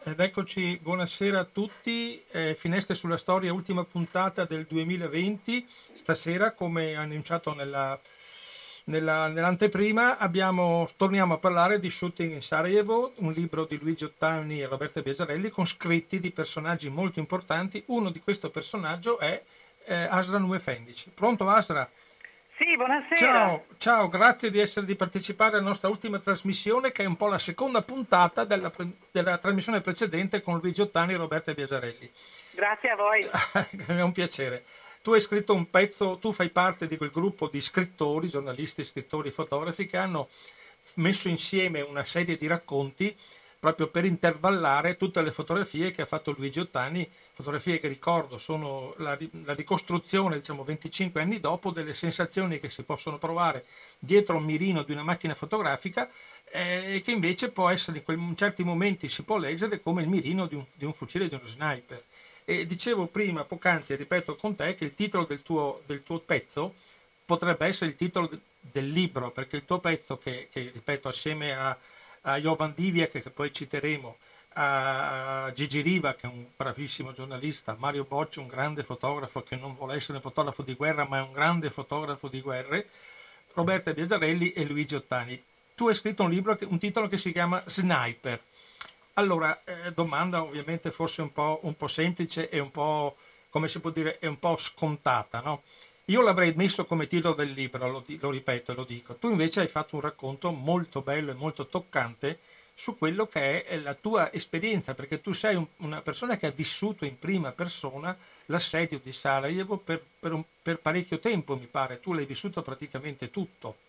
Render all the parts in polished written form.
Ed eccoci, buonasera a tutti. Finestre sulla storia, ultima puntata del 2020. Stasera, come annunciato nell'anteprima, torniamo a parlare di Shooting in Sarajevo, un libro di Luigi Ottani e Roberta Biasarelli con scritti di personaggi molto importanti. Uno di questo personaggio è Asra Nuefendic. Pronto Asra? Sì, buonasera. Ciao, ciao, grazie di partecipare alla nostra ultima trasmissione, che è un po' la seconda puntata della trasmissione precedente con Luigi Ottani e Roberta Biasarelli. Grazie a voi. È un piacere. Tu hai scritto un pezzo, tu fai parte di quel gruppo di scrittori, giornalisti, scrittori, fotografi che hanno messo insieme una serie di racconti proprio per intervallare tutte le fotografie che ha fatto Luigi Ottani, fotografie che ricordo sono la ricostruzione, diciamo 25 anni dopo, delle sensazioni che si possono provare dietro un mirino di una macchina fotografica che invece può essere in certi momenti si può leggere come il mirino di un fucile di uno sniper. E dicevo prima, poc'anzi, e ripeto con te, che il titolo del tuo pezzo potrebbe essere il titolo del libro, perché il tuo pezzo, che ripeto, assieme a Jovan Divjak, che poi citeremo, a Gigi Riva, che è un bravissimo giornalista, Mario Bocci, un grande fotografo che non vuole essere un fotografo di guerra, ma è un grande fotografo di guerre, Roberta Biasarelli e Luigi Ottani. Tu hai scritto un titolo che si chiama Sniper. Allora, domanda ovviamente forse un po' semplice e un po', come si può dire, è un po' scontata, no? Io l'avrei messo come titolo del libro, lo ripeto e lo dico. Tu invece hai fatto un racconto molto bello e molto toccante su quello che è la tua esperienza, perché tu sei una persona che ha vissuto in prima persona l'assedio di Sarajevo per parecchio tempo, mi pare. Tu l'hai vissuto praticamente tutto.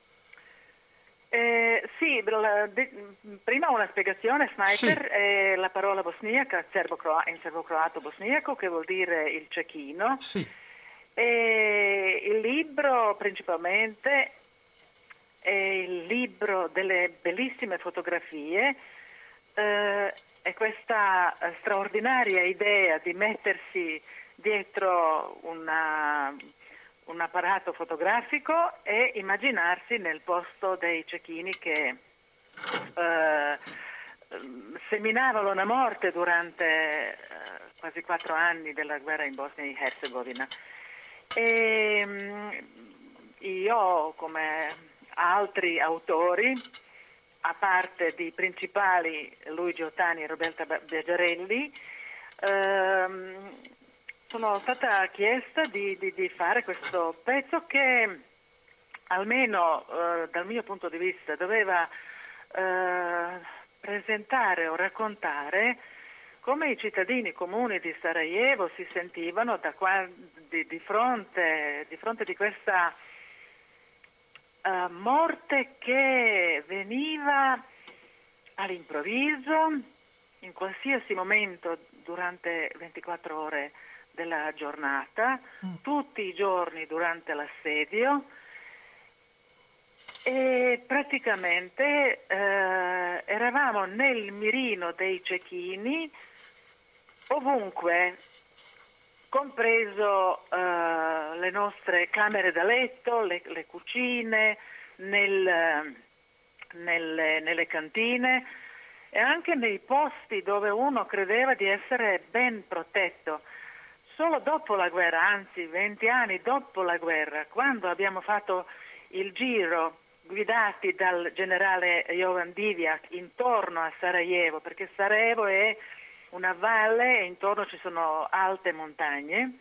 Sì, prima una spiegazione. Sì, Sniper è la parola bosniaca, in serbo-croato bosniaco, che vuol dire il cecchino. sì. E il libro principalmente è il libro delle bellissime fotografie e questa straordinaria idea di mettersi dietro un apparato fotografico e immaginarsi nel posto dei cecchini che eh, seminavano la morte durante quasi 4 anni della guerra in Bosnia e Herzegovina. E, io, come altri autori, a parte di principali Luigi Ottani e Roberta Biagiarelli, sono stata chiesta di fare questo pezzo che, almeno dal mio punto di vista, doveva presentare o raccontare come i cittadini comuni di Sarajevo si sentivano di fronte di questa morte che veniva all'improvviso, in qualsiasi momento durante 24 ore della giornata, tutti i giorni durante l'assedio, e praticamente eravamo nel mirino dei cecchini ovunque, compreso le nostre camere da letto, le cucine, nelle cantine e anche nei posti dove uno credeva di essere ben protetto. Solo dopo la guerra, anzi 20 anni dopo la guerra, quando abbiamo fatto il giro guidati dal generale Jovan Divjak intorno a Sarajevo, perché Sarajevo è una valle e intorno ci sono alte montagne,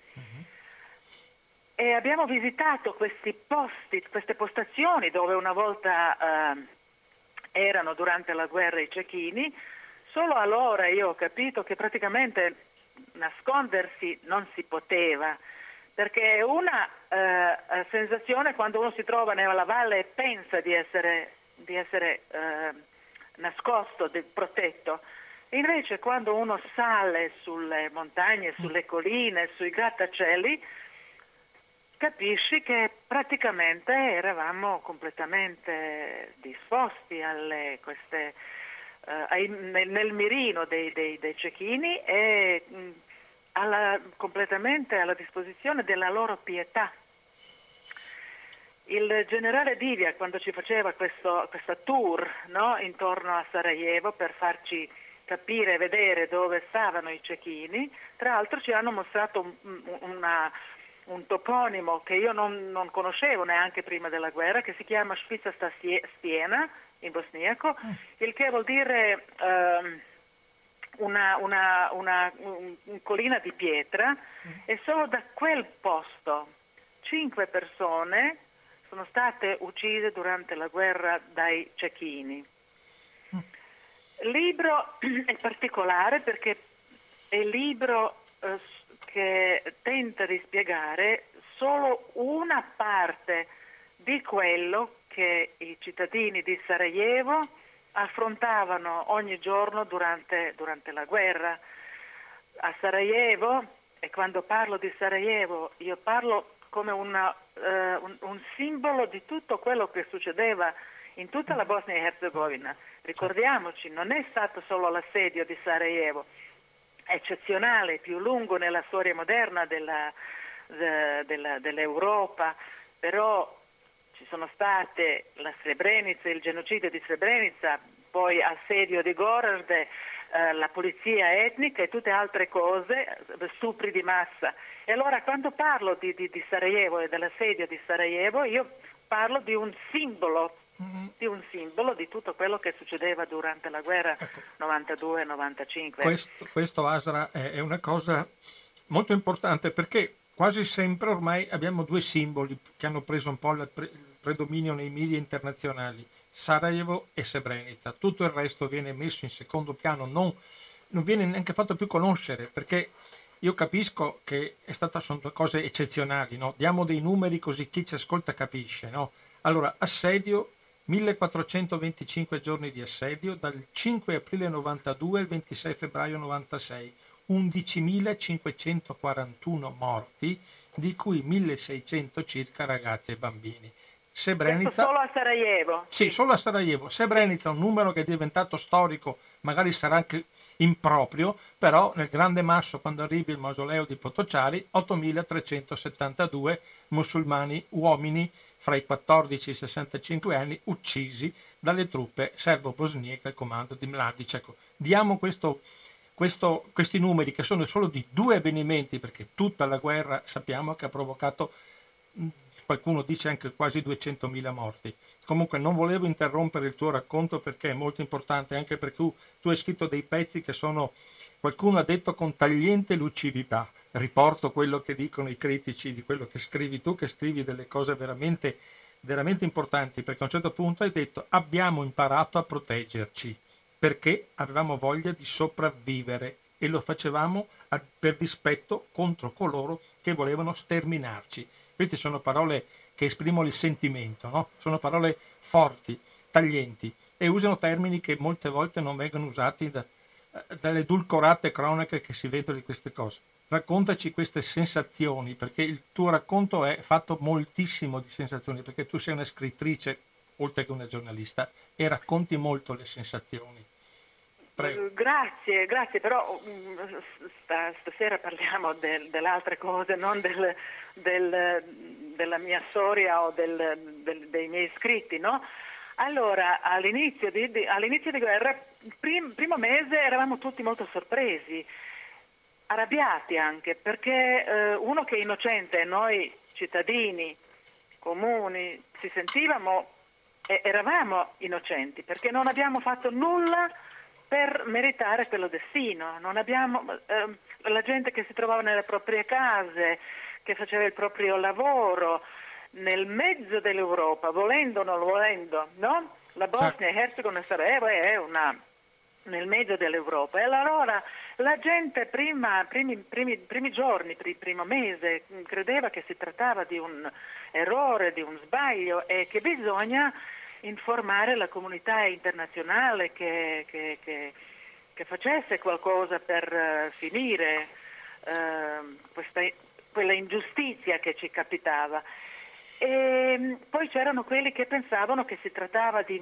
e abbiamo visitato questi posti, queste postazioni dove una volta erano durante la guerra i cecchini. Solo allora io ho capito che praticamente nascondersi non si poteva, perché è una sensazione quando uno si trova nella valle e pensa di essere nascosto, protetto. Invece quando uno sale sulle montagne, sulle colline, sui grattacieli, capisci che praticamente eravamo completamente disposti nel mirino dei cecchini e completamente alla disposizione della loro pietà. Il generale Divjak, quando ci faceva questa tour, no, intorno a Sarajevo per farci capire e vedere dove stavano i cecchini. Tra l'altro ci hanno mostrato un toponimo che io non conoscevo neanche prima della guerra, che si chiama Špica Stiena in bosniaco, il che vuol dire una collina di pietra, e solo da quel posto 5 persone sono state uccise durante la guerra dai cecchini. Il libro è particolare perché è il libro che tenta di spiegare solo una parte di quello che i cittadini di Sarajevo affrontavano ogni giorno durante la guerra. A Sarajevo, e quando parlo di Sarajevo io parlo come un simbolo di tutto quello che succedeva in tutta la Bosnia e Herzegovina. Ricordiamoci, non è stato solo l'assedio di Sarajevo, eccezionale, più lungo nella storia moderna dell'Europa, però ci sono state la Srebrenica, il genocidio di Srebrenica, poi assedio di Gorazde, la pulizia etnica e tutte altre cose, stupri di massa. E allora quando parlo di Sarajevo e dell'assedio di Sarajevo, io parlo di un simbolo di tutto quello che succedeva durante la guerra 92-95. Questo Asra è una cosa molto importante, perché quasi sempre ormai abbiamo due simboli che hanno preso un po' il predominio nei media internazionali: Sarajevo e Srebrenica. Tutto il resto viene messo in secondo piano, non viene neanche fatto più conoscere, perché io capisco che sono due cose eccezionali, no? Diamo dei numeri così chi ci ascolta capisce, no? Allora, assedio, 1425 giorni di assedio, dal 5 aprile 92 al 26 febbraio 96, 11.541 morti, di cui 1.600 circa ragazzi e bambini. Questo solo a Sarajevo? Sì, solo a Sarajevo. Srebrenica è un numero che è diventato storico, magari sarà anche improprio, però nel grande masso, quando arrivi il mausoleo di Potocari, 8.372 musulmani uomini fra i 14 e i 65 anni uccisi dalle truppe serbo-bosniache al comando di Mladic. Ecco, diamo questi numeri, che sono solo di 2 avvenimenti, perché tutta la guerra sappiamo che ha provocato, qualcuno dice, anche quasi 200.000 morti. Comunque non volevo interrompere il tuo racconto, perché è molto importante, anche perché tu hai scritto dei pezzi che sono, qualcuno ha detto, con tagliente lucidità. Riporto quello che dicono i critici di quello che scrivi tu, che scrivi delle cose veramente, veramente importanti, perché a un certo punto hai detto: abbiamo imparato a proteggerci perché avevamo voglia di sopravvivere e lo facevamo per rispetto contro coloro che volevano sterminarci. Queste sono parole che esprimono il sentimento, no? Sono parole forti, taglienti, e usano termini che molte volte non vengono usati dalle edulcorate cronache che si vedono di queste cose. Raccontaci queste sensazioni, perché il tuo racconto è fatto moltissimo di sensazioni, perché tu sei una scrittrice oltre che una giornalista e racconti molto le sensazioni. Prego. Grazie, però stasera parliamo delle altre cose, non della mia storia o dei miei scritti, no? Allora, all'inizio di guerra, primo mese, eravamo tutti molto sorpresi, arrabbiati anche, perché uno che è innocente, noi cittadini comuni ci sentivamo, eravamo innocenti, perché non abbiamo fatto nulla per meritare quello destino. Non abbiamo la gente che si trovava nelle proprie case, che faceva il proprio lavoro nel mezzo dell'Europa, volendo o non volendo, no? La Bosnia e Herzegovina, Sarajevo è nel mezzo dell'Europa, e allora la gente primi giorni, primo mese, credeva che si trattava di un errore, di un sbaglio, e che bisogna informare la comunità internazionale che facesse qualcosa per finire quella ingiustizia che ci capitava. E poi c'erano quelli che pensavano che si trattava di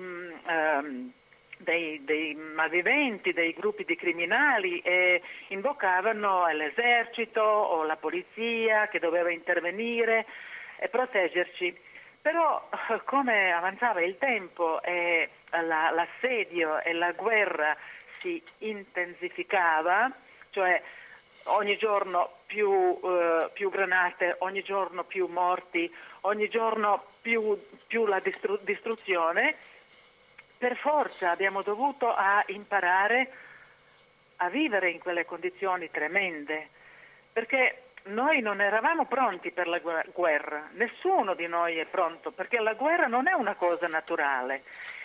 dei malviventi, dei gruppi di criminali, e invocavano l'esercito o la polizia che doveva intervenire e proteggerci. Però come avanzava il tempo e l'assedio e la guerra si intensificava, cioè ogni giorno più granate, ogni giorno più morti, ogni giorno più la distruzione, per forza abbiamo dovuto imparare a vivere in quelle condizioni tremende, perché noi non eravamo pronti per la guerra, nessuno di noi è pronto, perché la guerra non è una cosa naturale,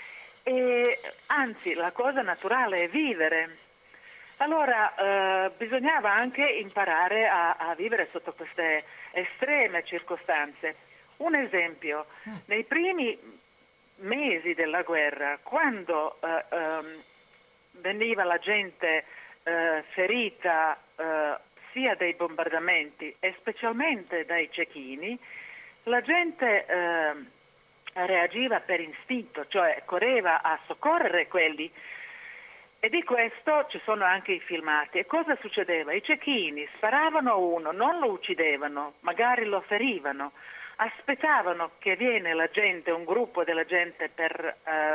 e anzi la cosa naturale è vivere. Allora bisognava anche imparare a vivere sotto queste estreme circostanze. Un esempio, nei primi mesi della guerra, quando veniva la gente ferita sia dai bombardamenti e specialmente dai cecchini, la gente reagiva per istinto, cioè correva a soccorrere quelli. E di questo ci sono anche i filmati. E cosa succedeva? I cecchini sparavano a uno, non lo uccidevano, magari lo ferivano, aspettavano che viene la gente, un gruppo della gente per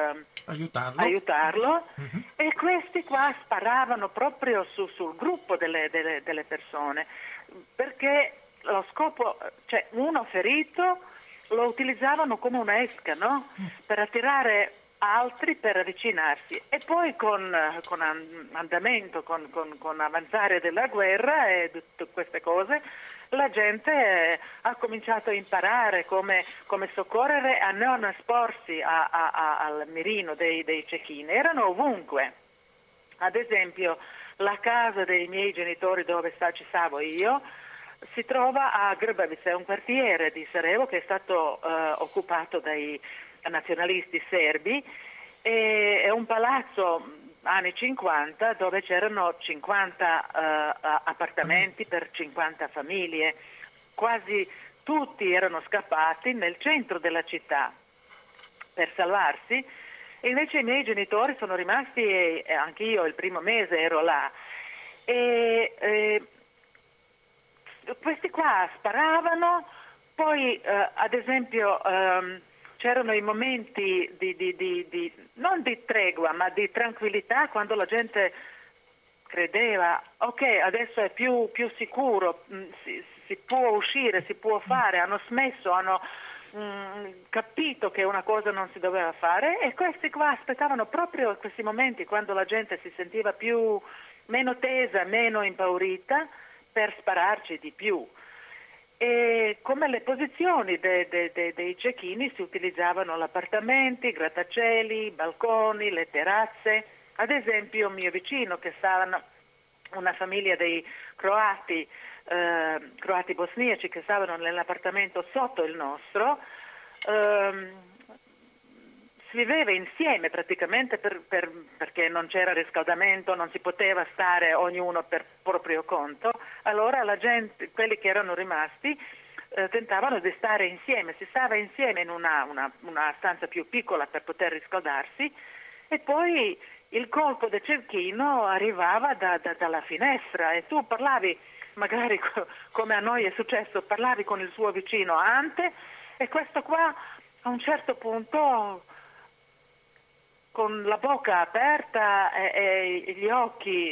aiutarlo e questi qua sparavano proprio sul gruppo delle persone, perché lo scopo, cioè uno ferito lo utilizzavano come una esca, no? Per attirare altri per avvicinarsi, e poi con andamento, con avanzare della guerra e tutte queste cose, la gente ha cominciato a imparare come soccorrere, a non esporsi al mirino dei cecchini. Erano ovunque. Ad esempio la casa dei miei genitori dove ci stavo io si trova a Grbavica, è un quartiere di Sarajevo che è stato occupato dai nazionalisti serbi, e è un palazzo anni 50 dove c'erano 50 appartamenti per 50 famiglie, quasi tutti erano scappati nel centro della città per salvarsi, e invece i miei genitori sono rimasti, e anche io il primo mese ero là, e questi qua sparavano, poi ad esempio c'erano i momenti non di tregua ma di tranquillità, quando la gente credeva ok, adesso è più sicuro, si può uscire, si può fare, hanno smesso, hanno capito che una cosa non si doveva fare, e questi qua aspettavano proprio questi momenti quando la gente si sentiva meno tesa, meno impaurita, per spararci di più. E come le posizioni dei cecchini si utilizzavano gli appartamenti, i grattacieli, i balconi, le terrazze. Ad esempio mio vicino, che stavano una famiglia dei croati bosniaci che stavano nell'appartamento sotto il nostro, si viveva insieme praticamente perché non c'era riscaldamento, non si poteva stare ognuno per proprio conto. Allora la gente, quelli che erano rimasti, tentavano di stare insieme, si stava insieme in una stanza più piccola per poter riscaldarsi, e poi il colpo del cecchino arrivava dalla finestra e tu parlavi, magari come a noi è successo, parlavi con il suo vicino Ante, e questo qua a un certo punto, con la bocca aperta e gli occhi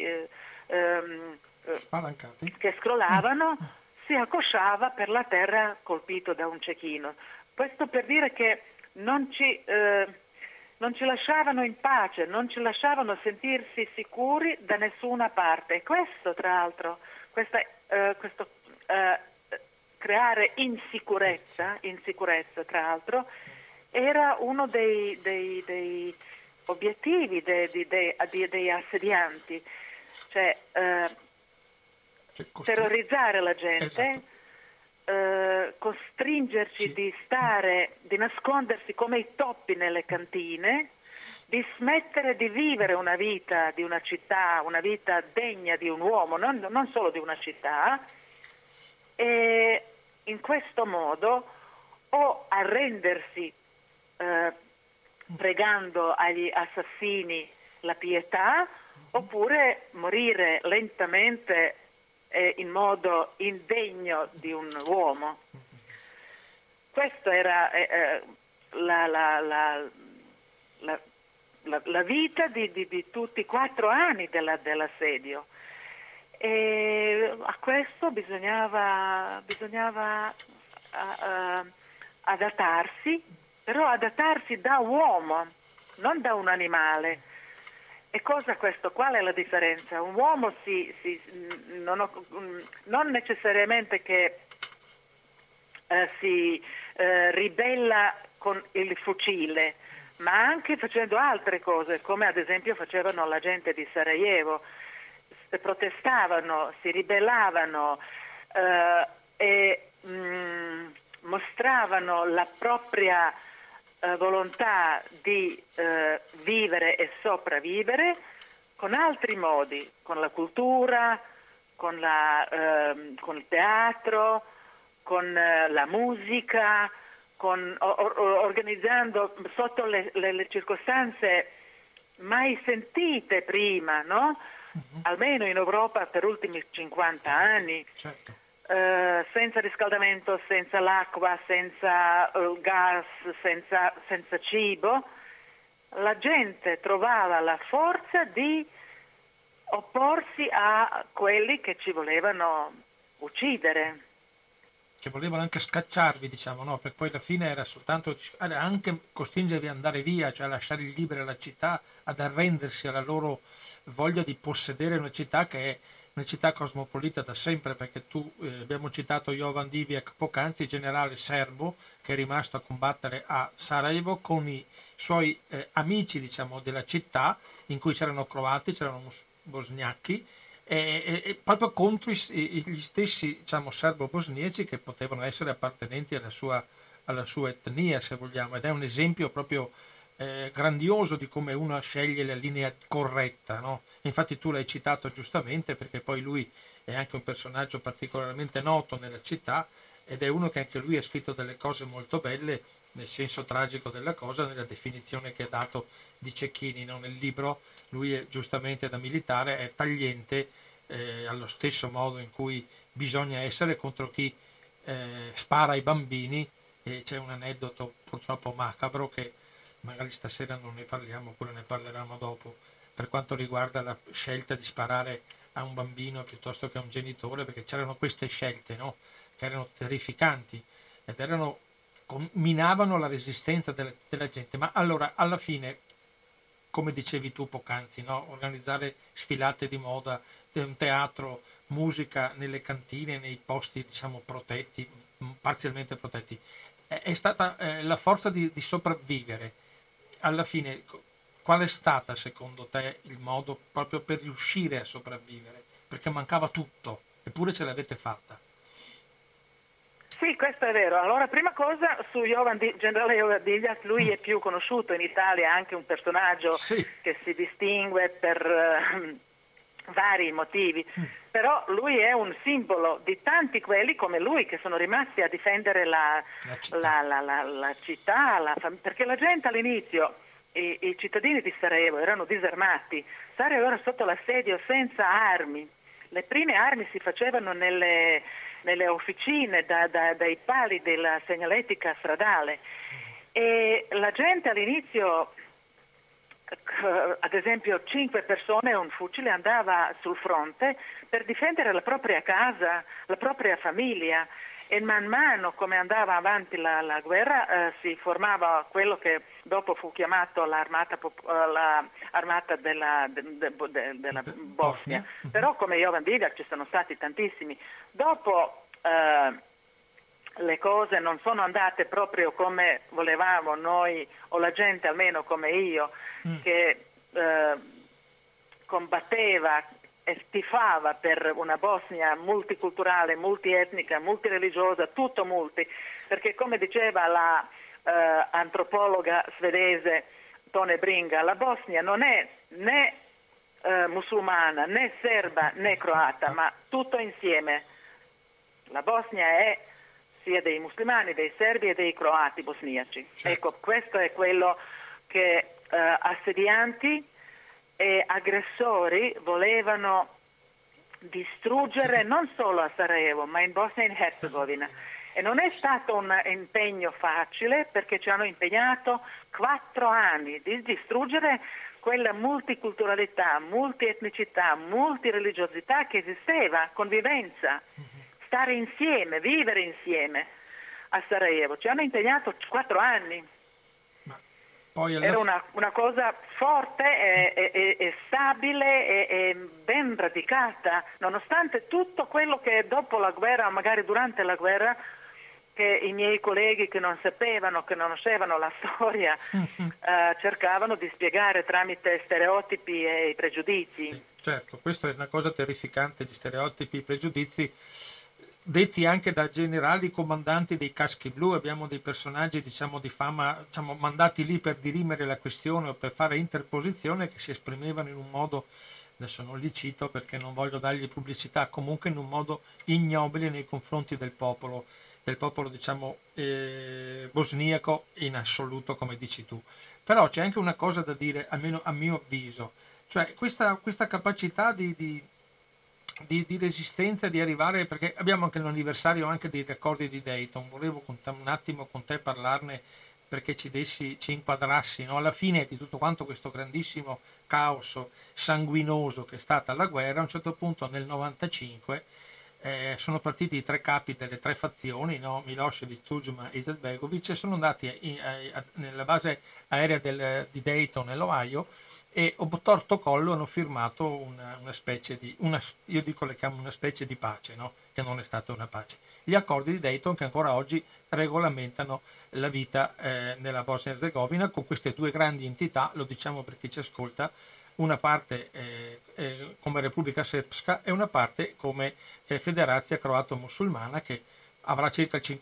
che scrollavano, si accosciava per la terra colpito da un cecchino. Questo per dire che non ci lasciavano in pace, non ci lasciavano sentirsi sicuri da nessuna parte. E questo, tra l'altro, questo creare insicurezza, tra l'altro, era uno dei obiettivi dei assedianti, cioè terrorizzare la gente, costringerci di nascondersi come i topi nelle cantine, di smettere di vivere una vita di una città, una vita degna di un uomo, non solo di una città, e in questo modo o arrendersi pregando agli assassini la pietà, oppure morire lentamente in modo indegno di un uomo. Questo era la vita di tutti i 4 anni dell'assedio. E a questo bisognava adattarsi, però adattarsi da uomo, non da un animale. E cosa questo? Qual è la differenza? Un uomo non necessariamente che si ribella con il fucile, ma anche facendo altre cose, come ad esempio facevano la gente di Sarajevo. Protestavano, si ribellavano e mostravano la propria volontà di vivere e sopravvivere con altri modi, con la cultura, con il teatro, con la musica, organizzando sotto le circostanze mai sentite prima, no? Almeno in Europa per ultimi 50 anni, certo. Senza riscaldamento, senza l'acqua, senza gas, senza cibo, la gente trovava la forza di opporsi a quelli che ci volevano uccidere. Che volevano anche scacciarvi, diciamo, no? Perché poi alla fine era anche costringervi ad andare via, cioè a lasciare libera la città, ad arrendersi alla loro voglia di possedere una città che è una città cosmopolita da sempre, perché abbiamo citato Jovan Divjak poc'anzi, generale serbo che è rimasto a combattere a Sarajevo con i suoi amici, diciamo, della città, in cui c'erano croati, c'erano bosgnacchi, e proprio contro gli stessi, diciamo, serbo-bosniaci che potevano essere appartenenti alla sua etnia, se vogliamo, ed è un esempio proprio grandioso di come uno sceglie la linea corretta, no? Infatti tu l'hai citato giustamente, perché poi lui è anche un personaggio particolarmente noto nella città ed è uno che anche lui ha scritto delle cose molto belle nel senso tragico della cosa, nella definizione che ha dato di Cecchini, no? Nel libro lui giustamente da militare è tagliente allo stesso modo in cui bisogna essere contro chi spara ai bambini, e c'è un aneddoto purtroppo macabro che magari stasera non ne parliamo, oppure ne parleremo dopo, per quanto riguarda la scelta di sparare a un bambino piuttosto che a un genitore, perché c'erano queste scelte, no? Che erano terrificanti ed minavano la resistenza della gente. Ma allora, alla fine, come dicevi tu poc'anzi, no? Organizzare sfilate di moda, un teatro, musica nelle cantine, nei posti, diciamo, protetti, parzialmente protetti, è stata la forza di sopravvivere. Alla fine, qual è stata secondo te il modo proprio per riuscire a sopravvivere? Perché mancava tutto, eppure ce l'avete fatta. Sì, questo è vero. Allora, prima cosa su generale Jovan Divjak, lui è più conosciuto in Italia, è anche un personaggio che si distingue per vari motivi, però lui è un simbolo di tanti quelli come lui che sono rimasti a difendere la città, perché la gente all'inizio, i cittadini di Sarajevo erano disarmati, Sarajevo era sotto l'assedio senza armi, le prime armi si facevano nelle officine, dai pali della segnaletica stradale, e la gente all'inizio, ad esempio 5 persone e un fucile, andava sul fronte per difendere la propria casa, la propria famiglia, e man mano come andava avanti la guerra si formava quello che dopo fu chiamato l'armata della Bosnia. Però come Jovan Divjak ci sono stati tantissimi. Dopo le cose non sono andate proprio come volevamo noi, o la gente almeno come io, che combatteva e tifava per una Bosnia multiculturale, multietnica, multireligiosa, tutto multi, perché come diceva la antropologa svedese Tone Bringa, la Bosnia non è né musulmana, né serba, né croata, ma tutto insieme. La Bosnia è sia dei musulmani, dei serbi e dei croati bosniaci. Certo. Ecco, questo è quello che assedianti e aggressori volevano distruggere non solo a Sarajevo, ma in Bosnia e Herzegovina. E non è stato un impegno facile, perché ci hanno impegnato 4 anni di distruggere quella multiculturalità, multietnicità, multireligiosità che esisteva, convivenza, stare insieme, vivere insieme a Sarajevo. Ci hanno impegnato 4 anni. Poi Era una cosa forte e stabile e ben radicata, nonostante tutto quello che dopo la guerra, magari durante la guerra, che i miei colleghi che non sapevano, che non conoscevano la storia, cercavano di spiegare tramite stereotipi e pregiudizi. Sì, certo, questa è una cosa terrificante, gli stereotipi, i pregiudizi, detti anche da generali comandanti dei caschi blu. Abbiamo dei personaggi, diciamo, di fama, diciamo, mandati lì per dirimere la questione o per fare interposizione, che si esprimevano in un modo, adesso non li cito perché non voglio dargli pubblicità, comunque in un modo ignobile nei confronti del popolo diciamo bosniaco in assoluto, come dici tu. Però c'è anche una cosa da dire, almeno a mio avviso, cioè questa capacità di resistenza, di arrivare, perché abbiamo anche l'anniversario anche dei accordi di Dayton, volevo un attimo con te parlarne perché ci inquadrassi, no? Alla fine di tutto quanto questo grandissimo caos sanguinoso che è stata la guerra, a un certo punto nel 95 sono partiti i 3 capi delle 3 fazioni, no? Milosevic, Tudjman e Izetbegovic, e sono andati nella base aerea di Dayton nell'Ohio e obtorto collo hanno firmato una specie di, io dico le chiamo una specie di pace, no? Che non è stata una pace. Gli accordi di Dayton che ancora oggi regolamentano la vita nella Bosnia-Herzegovina con queste 2 grandi entità, lo diciamo per chi ci ascolta, una parte come Repubblica Srpska e una parte come Federazione Croato-Musulmana, che avrà circa il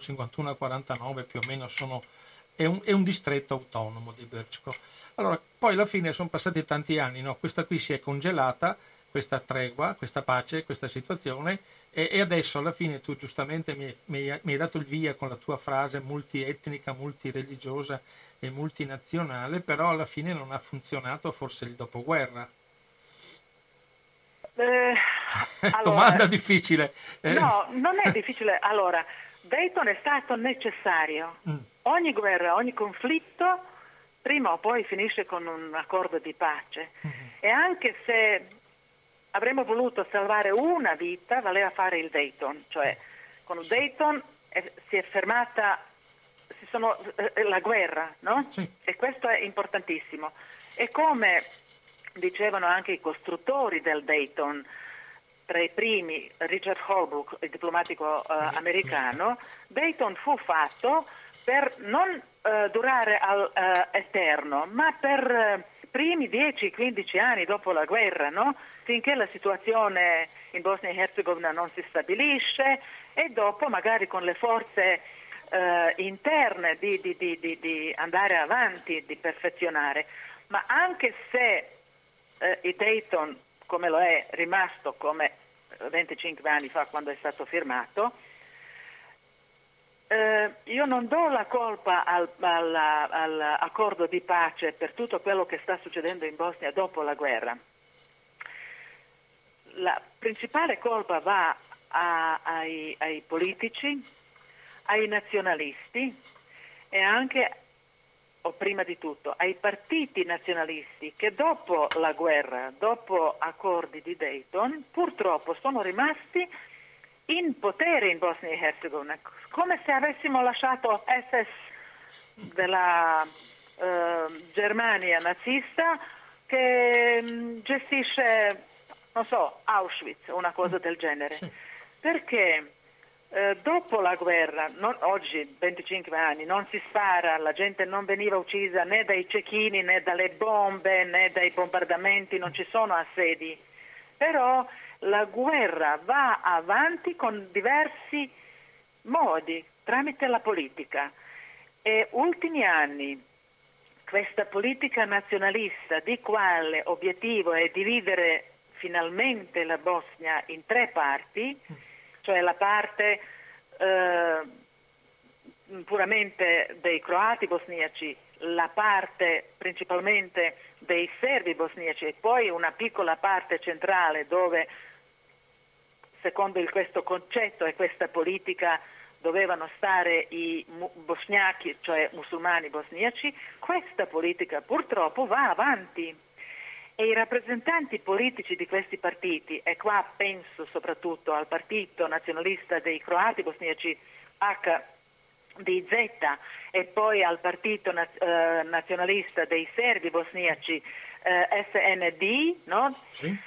51-49 più o meno, è un distretto autonomo di Brčko. Allora, poi alla fine sono passati tanti anni, no? Questa qui si è congelata, questa tregua, questa pace, questa situazione, e adesso alla fine tu giustamente mi hai dato il via con la tua frase multietnica, multireligiosa e multinazionale, però alla fine non ha funzionato forse il dopoguerra. Allora, domanda difficile. No, non è difficile. Allora, Dayton è stato necessario. Ogni guerra, ogni conflitto, prima o poi finisce con un accordo di pace. E anche se avremmo voluto salvare una vita, valeva fare il Dayton. Cioè, con il Dayton si è fermata la guerra, no? Sì. E questo è importantissimo. E come dicevano anche i costruttori del Dayton, tra i primi Richard Holbrooke, il diplomatico americano, Dayton fu fatto per non durare all'eterno, ma per primi 10-15 anni dopo la guerra, no? Finché la situazione in Bosnia e Herzegovina non si stabilisce, e dopo magari con le forze interne di andare avanti, di perfezionare. Ma anche se il Dayton, come lo è rimasto come 25 anni fa quando è stato firmato, io non do la colpa all'accordo di pace per tutto quello che sta succedendo in Bosnia dopo la guerra. La principale colpa va ai politici, ai nazionalisti e anche, o prima di tutto, ai partiti nazionalisti che dopo la guerra, dopo accordi di Dayton, purtroppo sono rimasti in potere in Bosnia e Herzegovina, come se avessimo lasciato SS della Germania nazista che gestisce, non so, Auschwitz o una cosa del genere. Perché dopo la guerra, oggi 25 anni, non si spara, la gente non veniva uccisa né dai cecchini né dalle bombe né dai bombardamenti, non ci sono assedi, però la guerra va avanti con diversi modi, tramite la politica. E ultimi anni questa politica nazionalista, di quale obiettivo è dividere finalmente la Bosnia in 3 parti, cioè la parte puramente dei croati bosniaci, la parte principalmente dei serbi bosniaci e poi una piccola parte centrale dove, secondo questo concetto e questa politica, dovevano stare i bosniachi, cioè musulmani bosniaci, questa politica purtroppo va avanti. E i rappresentanti politici di questi partiti, e qua penso soprattutto al partito nazionalista dei croati bosniaci HDZ e poi al partito nazionalista dei serbi bosniaci SND, no? Sì.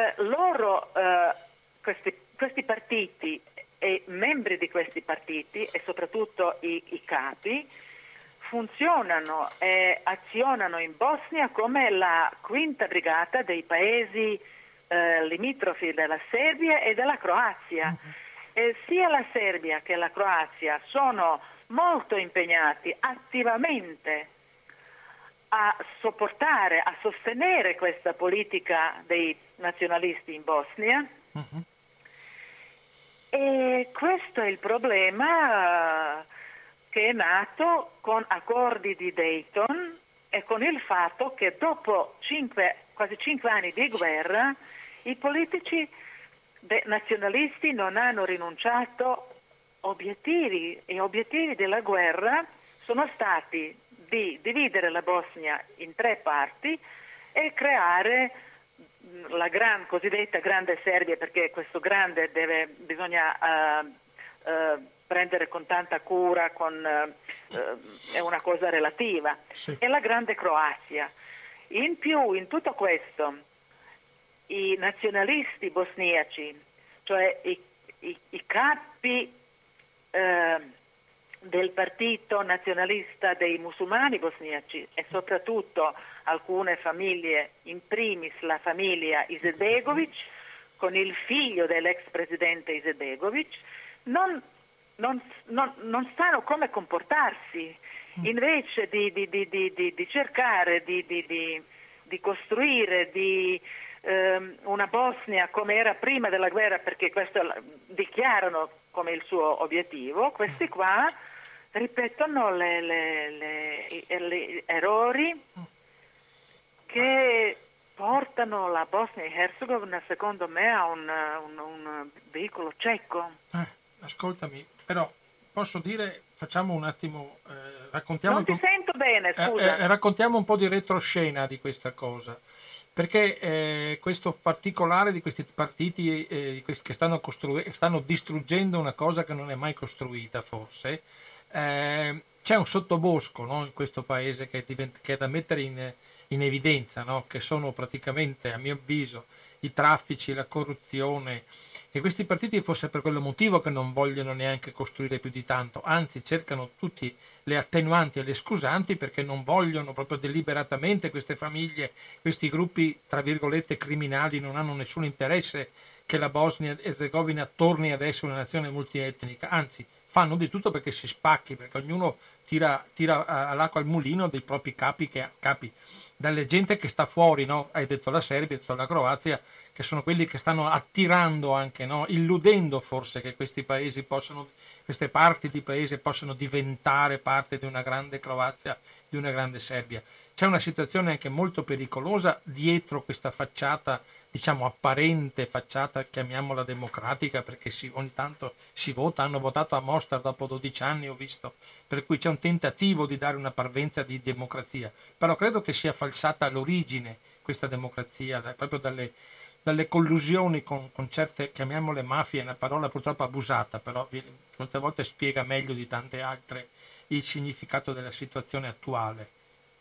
Questi partiti e membri di questi partiti e soprattutto i capi funzionano e azionano in Bosnia come la quinta brigata dei paesi limitrofi della Serbia e della Croazia. E sia la Serbia che la Croazia sono molto impegnati attivamente a sopportare, a sostenere questa politica dei nazionalisti in Bosnia. E questo è il problema che è nato con accordi di Dayton e con il fatto che dopo quasi 5 anni di guerra i politici nazionalisti non hanno rinunciato obiettivi, e obiettivi della guerra sono stati di dividere la Bosnia in 3 parti e creare la cosiddetta Grande Serbia, perché questo grande bisogna prendere con tanta cura, è una cosa relativa, sì. E la Grande Croazia. In più, in tutto questo, i nazionalisti bosniaci, cioè i capi del partito nazionalista dei musulmani bosniaci e soprattutto alcune famiglie, in primis la famiglia Izetbegovic, con il figlio dell'ex presidente Izetbegovic, non sanno come comportarsi. Invece di cercare di costruire una Bosnia come era prima della guerra, perché questo dichiarano come il suo obiettivo, questi qua ripetono gli errori che portano la Bosnia e Herzegovina, secondo me, a un veicolo cieco. Ascoltami, però posso dire, facciamo un attimo, raccontiamo... Non ti sento bene, scusa. Raccontiamo un po' di retroscena di questa cosa, perché questo particolare di questi partiti che stanno distruggendo una cosa che non è mai costruita, forse, c'è un sottobosco, no, in questo paese che è da mettere in evidenza, no? Che sono praticamente, a mio avviso, i traffici, la corruzione, e questi partiti forse per quello motivo che non vogliono neanche costruire più di tanto, anzi cercano tutti le attenuanti e le scusanti perché non vogliono proprio deliberatamente queste famiglie, questi gruppi tra virgolette criminali non hanno nessun interesse che la Bosnia e Erzegovina torni ad essere una nazione multietnica, anzi fanno di tutto perché si spacchi, perché ognuno tira all'acqua al mulino dei propri capi, dalle gente che sta fuori, no? Hai detto la Serbia, hai detto la Croazia, che sono quelli che stanno attirando anche, no? Illudendo forse che queste parti di paese possano diventare parte di una grande Croazia, di una grande Serbia. C'è una situazione anche molto pericolosa dietro questa facciata, diciamo apparente facciata, chiamiamola democratica, perché ogni tanto si vota, hanno votato a Mostar dopo 12 anni, ho visto, per cui c'è un tentativo di dare una parvenza di democrazia, però credo che sia falsata all'origine questa democrazia, proprio dalle collusioni con certe, chiamiamole mafie, è una parola purtroppo abusata, però molte volte spiega meglio di tante altre il significato della situazione attuale.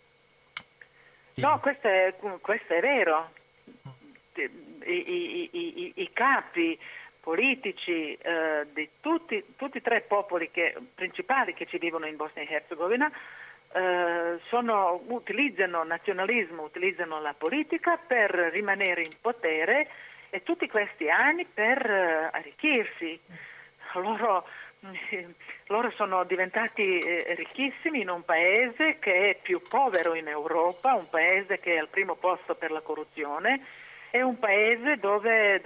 No, questo è vero. I capi politici di tutti e 3 popoli principali che ci vivono in Bosnia e Herzegovina utilizzano nazionalismo, utilizzano la politica per rimanere in potere e tutti questi anni per arricchirsi. Loro sono diventati ricchissimi in un paese che è più povero in Europa, un paese che è al primo posto per la corruzione, è un paese dove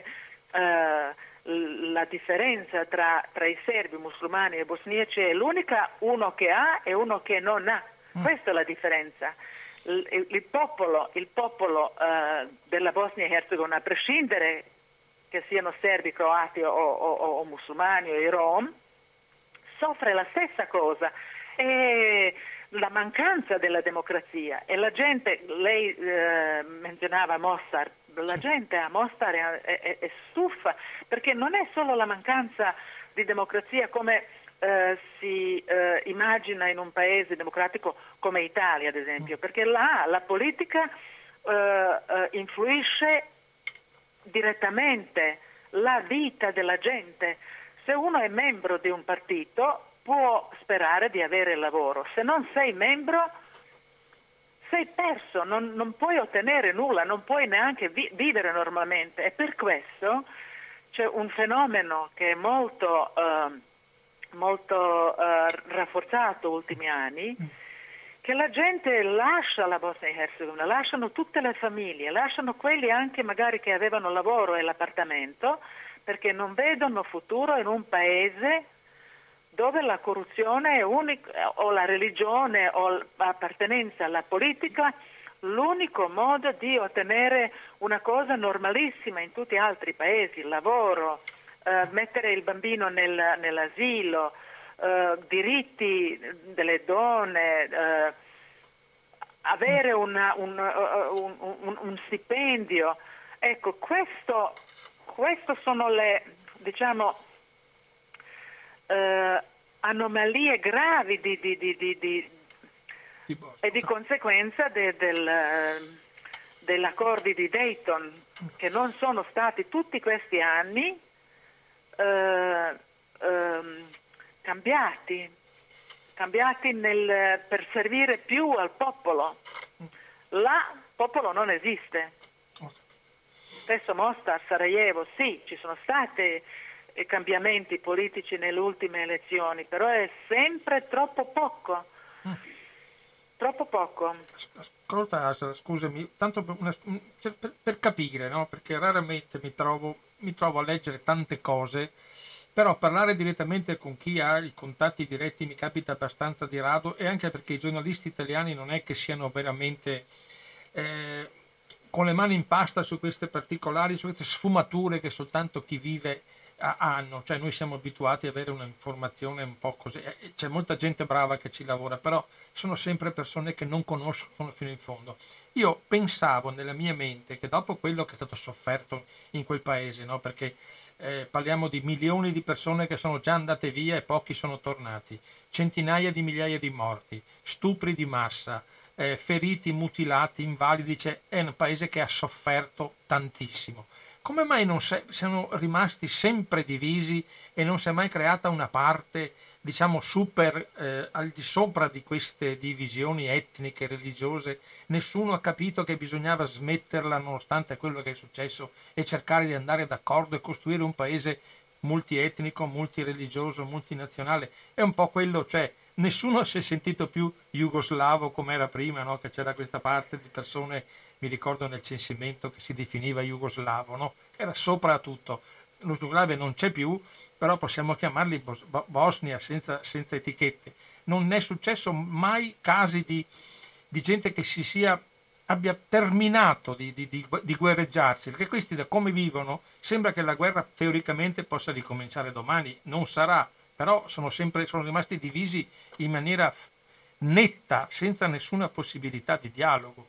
la differenza tra i serbi, musulmani e bosniaci è l'unica, uno che ha e uno che non ha. Questa è la differenza. Il popolo della Bosnia e Herzegovina, a prescindere che siano serbi, croati o musulmani o i rom, soffre la stessa cosa. E la mancanza della democrazia, e la gente, lei menzionava Mostar, la gente a Mostar è stufa, perché non è solo la mancanza di democrazia come si immagina in un paese democratico come Italia, ad esempio, perché là la politica influisce direttamente la vita della gente. Se uno è membro di un partito può sperare di avere lavoro, se non sei membro sei perso, non puoi ottenere nulla, non puoi neanche vivere normalmente, e per questo c'è un fenomeno che è molto rafforzato ultimi anni, che la gente lascia la Bosnia e Herzegovina, lasciano tutte le famiglie, lasciano quelli anche magari che avevano lavoro e l'appartamento, perché non vedono futuro in un paese dove la corruzione è unica, o la religione o l'appartenenza alla politica, l'unico modo di ottenere una cosa normalissima in tutti gli altri paesi, il lavoro, mettere il bambino nell'asilo, diritti delle donne, avere un stipendio. Ecco, questo sono le, diciamo, anomalie gravi e di conseguenza degli accordi di Dayton, che non sono stati tutti questi anni cambiati per servire più al popolo. Là il popolo non esiste. Stesso Mostar, Sarajevo, sì, ci sono stati cambiamenti politici nelle ultime elezioni, però è sempre troppo poco. Troppo poco. Ascolta, Asra, scusami, tanto per capire, no? Perché raramente mi trovo a leggere tante cose, però parlare direttamente con chi ha i contatti diretti mi capita abbastanza di rado, e anche perché i giornalisti italiani non è che siano veramente con le mani in pasta su queste particolari, su queste sfumature che soltanto chi vive hanno, cioè noi siamo abituati ad avere un'informazione un po' così, c'è molta gente brava che ci lavora, però sono sempre persone che non conoscono fino in fondo. Io pensavo nella mia mente che dopo quello che è stato sofferto in quel paese, no? Perché parliamo di milioni di persone che sono già andate via e pochi sono tornati, centinaia di migliaia di morti, stupri di massa, feriti, mutilati, invalidi, cioè, è un paese che ha sofferto tantissimo. Come mai non siamo rimasti sempre divisi e non si è mai creata una parte, diciamo, super al di sopra di queste divisioni etniche, religiose? Nessuno ha capito che bisognava smetterla nonostante quello che è successo e cercare di andare d'accordo e costruire un paese multietnico, multireligioso, multinazionale. È un po' quello, cioè nessuno si è sentito più jugoslavo come era prima, no? Che c'era questa parte di persone, mi ricordo nel censimento, che si definiva jugoslavo, no? Era sopra a tutto. Lo Jugoslavia non c'è più, però possiamo chiamarli Bosnia senza etichette. Non è successo mai casi di gente che abbia terminato di guerreggiarsi, perché questi, da come vivono, sembra che la guerra teoricamente possa ricominciare domani. Non sarà, però sono rimasti divisi in maniera netta, senza nessuna possibilità di dialogo.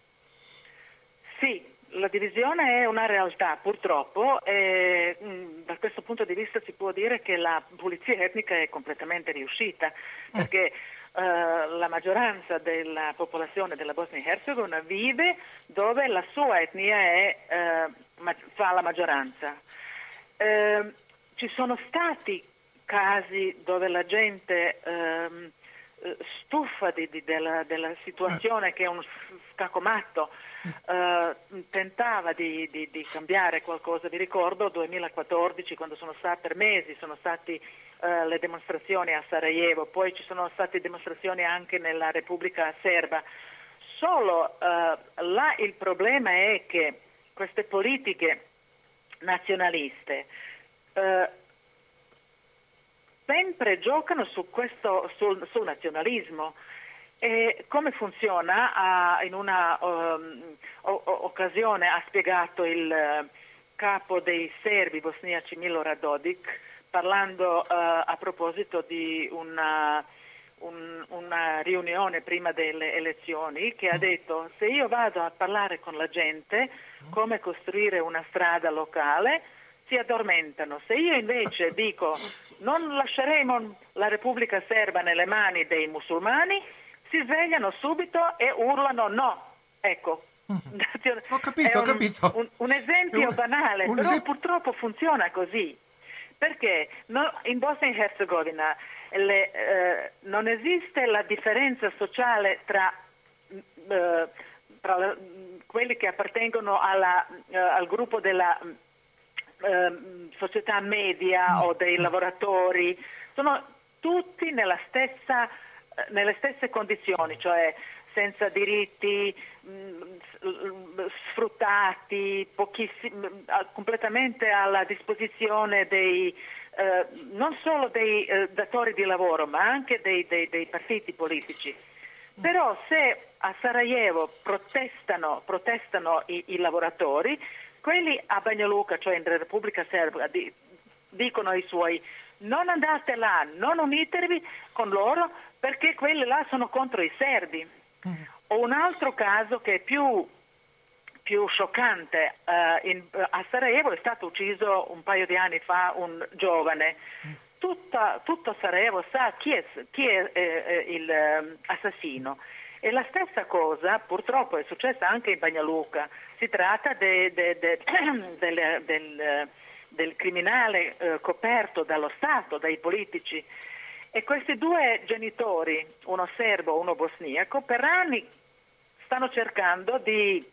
Sì, la divisione è una realtà, purtroppo, e da questo punto di vista si può dire che la pulizia etnica è completamente riuscita, perché la maggioranza della popolazione della Bosnia e Herzegovina vive dove la sua etnia fa la maggioranza. Ci sono stati casi dove la gente stufa della situazione, che è un scaccomatto, tentava di cambiare qualcosa. Vi ricordo 2014, quando per mesi sono stati le dimostrazioni a Sarajevo, poi ci sono state dimostrazioni anche nella Repubblica Serba. Solo là il problema è che queste politiche nazionaliste sempre giocano sul nazionalismo. E come funziona? In una occasione ha spiegato il capo dei serbi bosniaci Milorad Dodik, parlando a proposito di una riunione prima delle elezioni, che ha detto: se io vado a parlare con la gente come costruire una strada locale, si addormentano. Se io invece dico non lasceremo la Repubblica Serba nelle mani dei musulmani, si svegliano subito e urlano no. Ecco. Ho capito. Un esempio banale, però purtroppo funziona così, perché in Bosnia e Herzegovina non esiste la differenza sociale tra quelli che appartengono al gruppo della società media o dei lavoratori, sono tutti nelle stesse condizioni, cioè senza diritti, sfruttati, completamente alla disposizione non solo dei datori di lavoro, ma anche dei partiti politici. Però se a Sarajevo protestano i lavoratori, quelli a Banja Luka, cioè in Repubblica Serba, dicono ai suoi: non andate là, non unitevi con loro perché quelli là sono contro i serbi. O un altro caso che è più scioccante, a Sarajevo è stato ucciso un paio di anni fa un giovane. Tutto Sarajevo sa chi è l'assassino. E la stessa cosa purtroppo è successa anche in Banja Luka. Si tratta del criminale coperto dallo Stato, dai politici. E questi due genitori, uno serbo e uno bosniaco, per anni stanno cercando di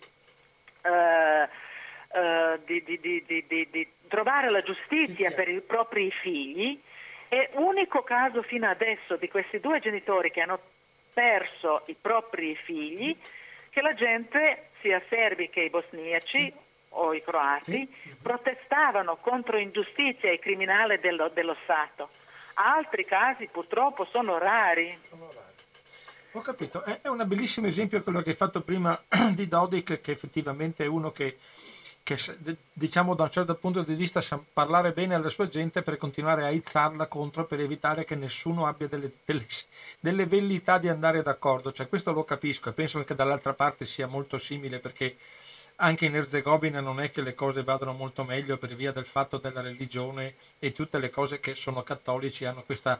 trovare la giustizia per i propri figli. E unico caso fino adesso di questi due genitori che hanno perso i propri figli, che la gente, sia serbi che i bosniaci o i croati, protestavano contro ingiustizia e criminale dello Stato. Altri casi purtroppo sono rari. Ho capito, è un bellissimo esempio quello che hai fatto prima di Dodik, che effettivamente è uno che diciamo da un certo punto di vista sa parlare bene alla sua gente per continuare a aizzarla contro, per evitare che nessuno abbia delle velleità di andare d'accordo. Cioè, questo lo capisco e penso che dall'altra parte sia molto simile, perché anche in Erzegovina non è che le cose vadano molto meglio per via del fatto della religione, e tutte le cose che sono cattolici hanno questa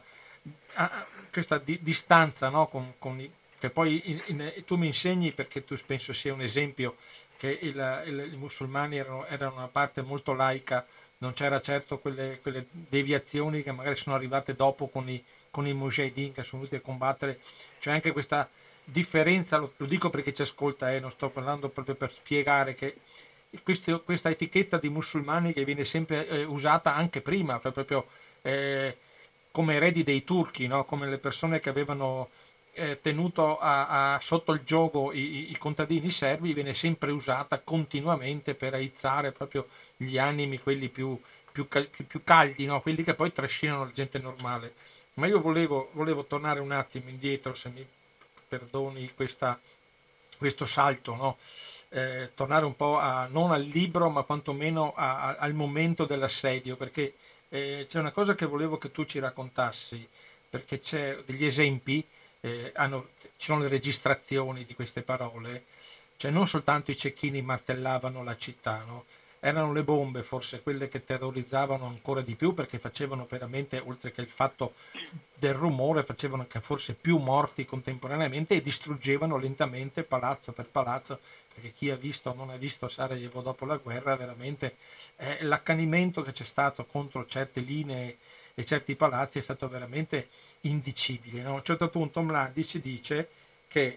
distanza, no? Che poi tu mi insegni, perché tu penso sia un esempio, che i musulmani erano una parte molto laica, non c'era certo quelle deviazioni che magari sono arrivate dopo con i mujahideen che sono venuti a combattere. C'è anche questa differenza, lo dico perché ci ascolta, non sto parlando proprio per spiegare che questa etichetta di musulmani che viene sempre usata anche prima, proprio come eredi dei turchi, no? Come le persone che avevano tenuto sotto il giogo i contadini serbi, viene sempre usata continuamente per aizzare proprio gli animi, quelli più caldi, no? Quelli che poi trascinano la gente normale. Ma io volevo tornare un attimo indietro, se mi perdoni questo salto, no? Tornare un po' non al libro, ma quantomeno al momento dell'assedio, perché c'è una cosa che volevo che tu ci raccontassi, perché c'è degli esempi, ci sono le registrazioni di queste parole, cioè non soltanto i cecchini martellavano la città, no? Erano le bombe forse quelle che terrorizzavano ancora di più, perché facevano veramente, oltre che il fatto del rumore, facevano anche forse più morti contemporaneamente e distruggevano lentamente palazzo per palazzo, perché chi ha visto o non ha visto Sarajevo dopo la guerra, veramente l'accanimento che c'è stato contro certe linee e certi palazzi è stato veramente indicibile, no? A un certo punto Mladic dice che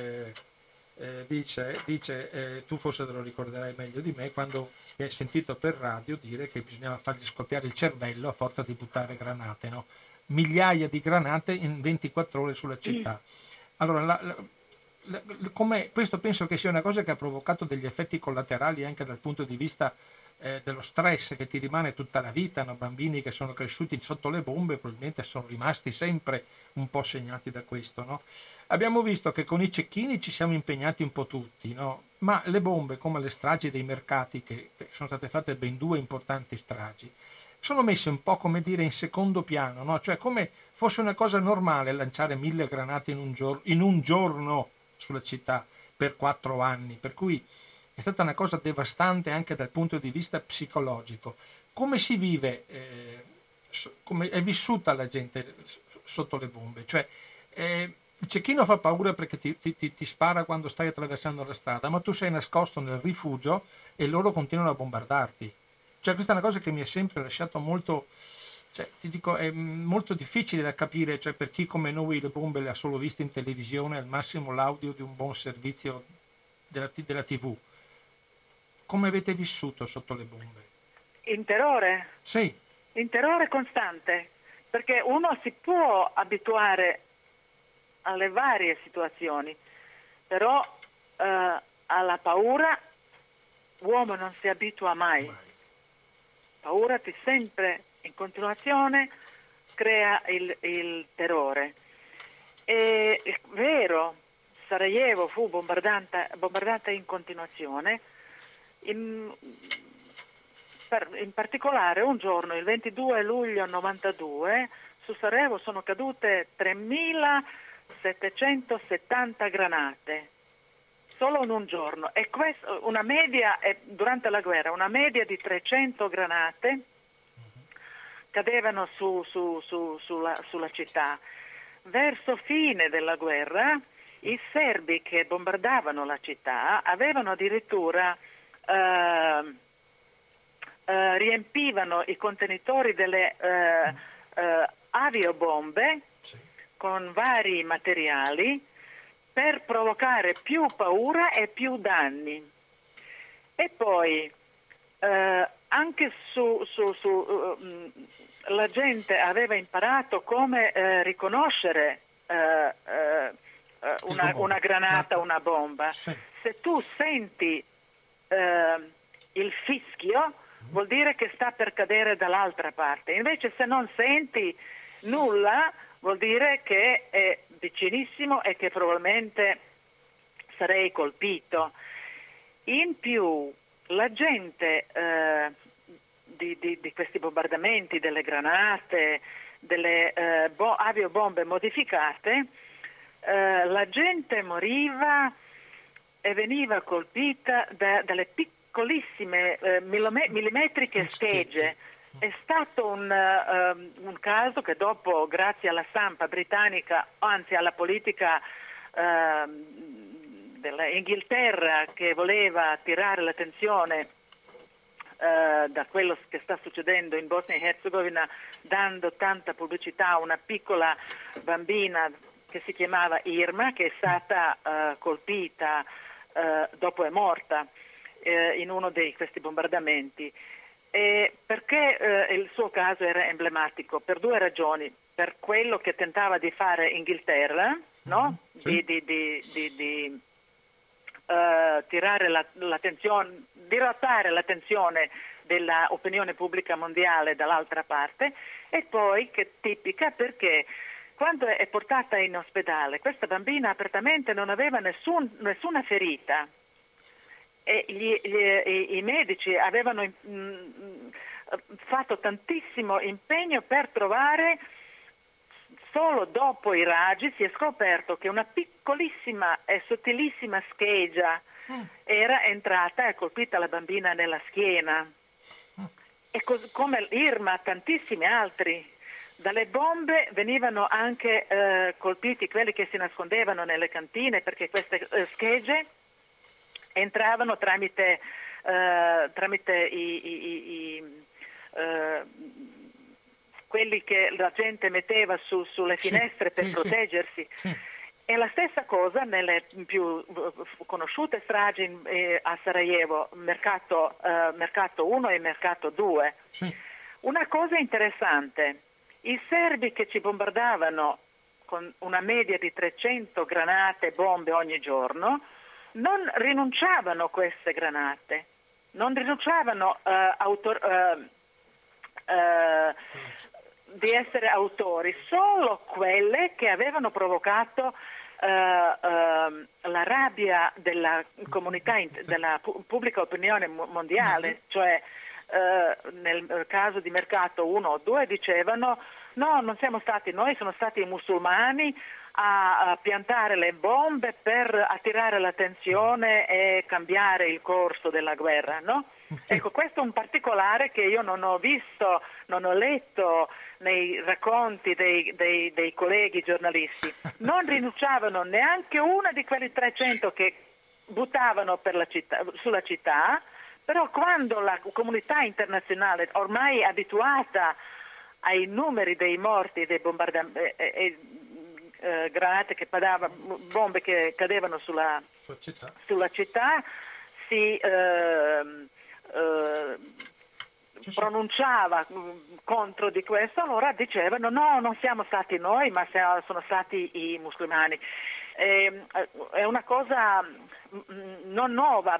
tu forse te lo ricorderai meglio di me, quando mi hai sentito per radio dire che bisognava fargli scoppiare il cervello a forza di buttare granate, no? Migliaia di granate in 24 ore sulla città. Allora, questo penso che sia una cosa che ha provocato degli effetti collaterali anche dal punto di vista dello stress che ti rimane tutta la vita, no? Bambini che sono cresciuti sotto le bombe probabilmente sono rimasti sempre un po' segnati da questo, no? Abbiamo visto che con i cecchini ci siamo impegnati un po' tutti, no? Ma le bombe, come le stragi dei mercati, che sono state fatte ben 2 importanti stragi, sono messe un po', come dire, in secondo piano, no? Cioè come fosse una cosa normale lanciare 1000 granate in un giorno sulla città per 4 anni, per cui è stata una cosa devastante anche dal punto di vista psicologico. Come si vive, come è vissuta la gente sotto le bombe? Cioè, il cecchino fa paura perché ti spara quando stai attraversando la strada, ma tu sei nascosto nel rifugio e loro continuano a bombardarti. Cioè, questa è una cosa che mi ha sempre lasciato molto, cioè, ti dico, è molto difficile da capire, cioè, per chi come noi le bombe le ha solo viste in televisione, al massimo l'audio di un buon servizio della TV. Come avete vissuto sotto le bombe? In terrore, Sì, in terrore costante, perché uno si può abituare alle varie situazioni, però alla paura l'uomo non si abitua mai. Paura ti sempre in continuazione crea il terrore. E è vero, Sarajevo fu bombardata in continuazione, in particolare un giorno, il 22 luglio 92, su Sarajevo sono cadute 3.770 granate, solo in un giorno. E questo, una media, durante la guerra, una media di 300 granate cadevano sulla città. Verso fine della guerra, i serbi che bombardavano la città avevano addirittura riempivano i contenitori delle aviobombe con vari materiali per provocare più paura e più danni. E poi anche la gente aveva imparato come riconoscere una granata, una bomba. sì. Se tu senti il fischio, vuol dire che sta per cadere dall'altra parte. Invece se non senti nulla, vuol dire che è vicinissimo e che probabilmente sarei colpito. In più, la gente di questi bombardamenti, delle granate, delle aviobombe modificate, la gente moriva e veniva colpita dalle piccolissime millimetriche schegge. È stato un caso che dopo, grazie alla stampa britannica, anzi alla politica dell'Inghilterra, che voleva attirare l'attenzione da quello che sta succedendo in Bosnia e Herzegovina, dando tanta pubblicità a una piccola bambina che si chiamava Irma, che è stata colpita, dopo è morta in uno di questi bombardamenti. Perché il suo caso era emblematico? Per due ragioni: per quello che tentava di fare Inghilterra, no? Sì. di tirare l'attenzione, dirottare l'attenzione dell'opinione pubblica mondiale dall'altra parte, e poi che è tipica perché quando è portata in ospedale questa bambina apertamente non aveva nessuna ferita. E i medici avevano fatto tantissimo impegno per trovare. Solo dopo i raggi si è scoperto che una piccolissima e sottilissima scheggia era entrata e colpita la bambina nella schiena. E come Irma, tantissimi altri. Dalle bombe venivano anche colpiti quelli che si nascondevano nelle cantine, perché queste schegge entravano tramite quelli che la gente metteva sulle finestre per proteggersi. Sì. E la stessa cosa nelle più conosciute stragi a Sarajevo, Mercato 1 e Mercato 2. Sì. Una cosa interessante: i serbi che ci bombardavano con una media di 300 granate, bombe ogni giorno, non rinunciavano a queste granate, non rinunciavano di essere autori, solo quelle che avevano provocato la rabbia della comunità, della pubblica opinione mondiale, cioè nel caso di Mercato 1 o 2 dicevano no, non siamo stati noi, sono stati i musulmani a piantare le bombe per attirare l'attenzione e cambiare il corso della guerra, no? Ecco, questo è un particolare che io non ho visto, non ho letto nei racconti dei colleghi giornalisti. Non rinunciavano neanche una di quelli 300 che buttavano sulla città, però quando la comunità internazionale, ormai abituata ai numeri dei morti e dei bombardamenti, granate che bombe che cadevano sulla città, si pronunciava contro di questo, allora dicevano no, non siamo stati noi, ma sono stati i musulmani. È una cosa non nuova,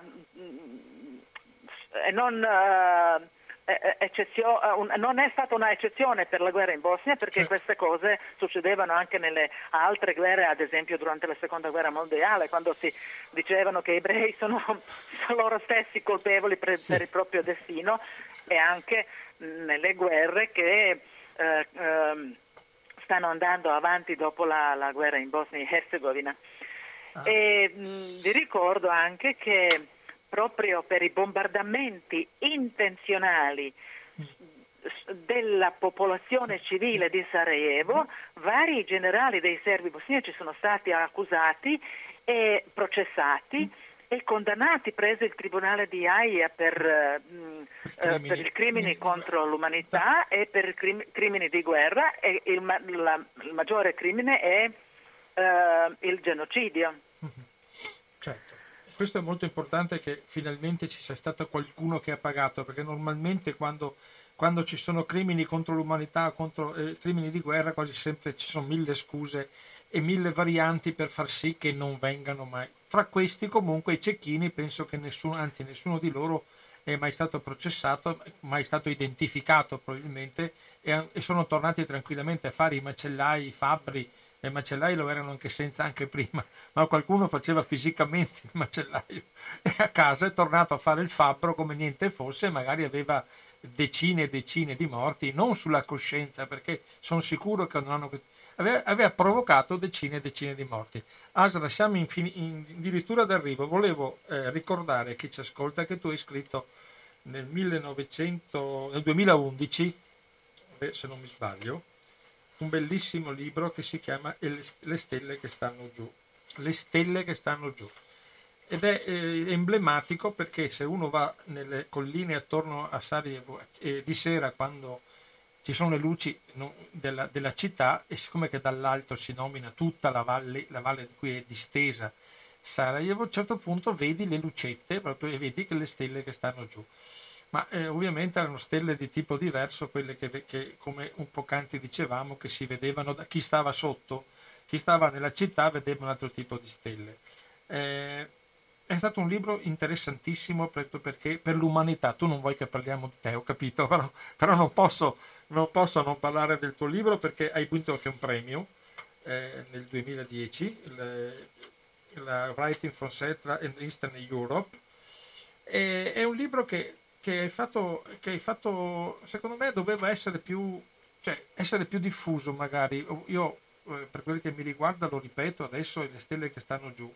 non è stata una eccezione per la guerra in Bosnia, perché queste cose succedevano anche nelle altre guerre, ad esempio durante la seconda guerra mondiale, quando si dicevano che gli ebrei sono loro stessi colpevoli per il proprio destino, e anche nelle guerre che stanno andando avanti dopo la guerra in Bosnia e Herzegovina. E vi ricordo anche che proprio per i bombardamenti intenzionali della popolazione civile di Sarajevo, vari generali dei serbi bosniaci sono stati accusati e processati e condannati presso il tribunale di Haia per i crimini contro l'umanità e per i crimini di guerra, e il maggiore crimine è il genocidio. Certo. Questo è molto importante, che finalmente ci sia stato qualcuno che ha pagato, perché normalmente quando ci sono crimini contro l'umanità, contro crimini di guerra, quasi sempre ci sono 1000 scuse e 1000 varianti per far sì che non vengano mai. Fra questi comunque i cecchini penso che nessuno di loro è mai stato processato, mai stato identificato probabilmente, e sono tornati tranquillamente a fare i macellai, i fabbri. E i macellai lo erano anche prima, ma qualcuno faceva fisicamente il macellaio e a casa è tornato a fare il fabbro come niente fosse, e magari aveva decine e decine di morti, non sulla coscienza, perché sono sicuro che non hanno aveva provocato decine e decine di morti. Asra, siamo addirittura d'arrivo. Volevo ricordare a chi ci ascolta che tu hai scritto nel 2011, se non mi sbaglio, un bellissimo libro che si chiama Le stelle che stanno giù. Le stelle che stanno giù. Ed è emblematico, perché se uno va nelle colline attorno a Sarajevo di sera, quando ci sono le luci della città, e siccome che dall'alto si nomina tutta la valle di cui è distesa Sarajevo, a un certo punto vedi le lucette proprio, e vedi che le stelle che stanno giù. Ma ovviamente erano stelle di tipo diverso, quelle che come un poc'anzi dicevamo, che si vedevano da chi stava sotto. Chi stava nella città vedeva un altro tipo di stelle. È stato un libro interessantissimo perché per l'umanità. Tu non vuoi che parliamo di te, ho capito, però non posso non parlare del tuo libro, perché hai vinto anche un premio nel 2010, la Writing from Central and Eastern Europe. È un libro che hai fatto, secondo me doveva essere più diffuso magari. Io per quello che mi riguarda, lo ripeto adesso, Le stelle che stanno giù,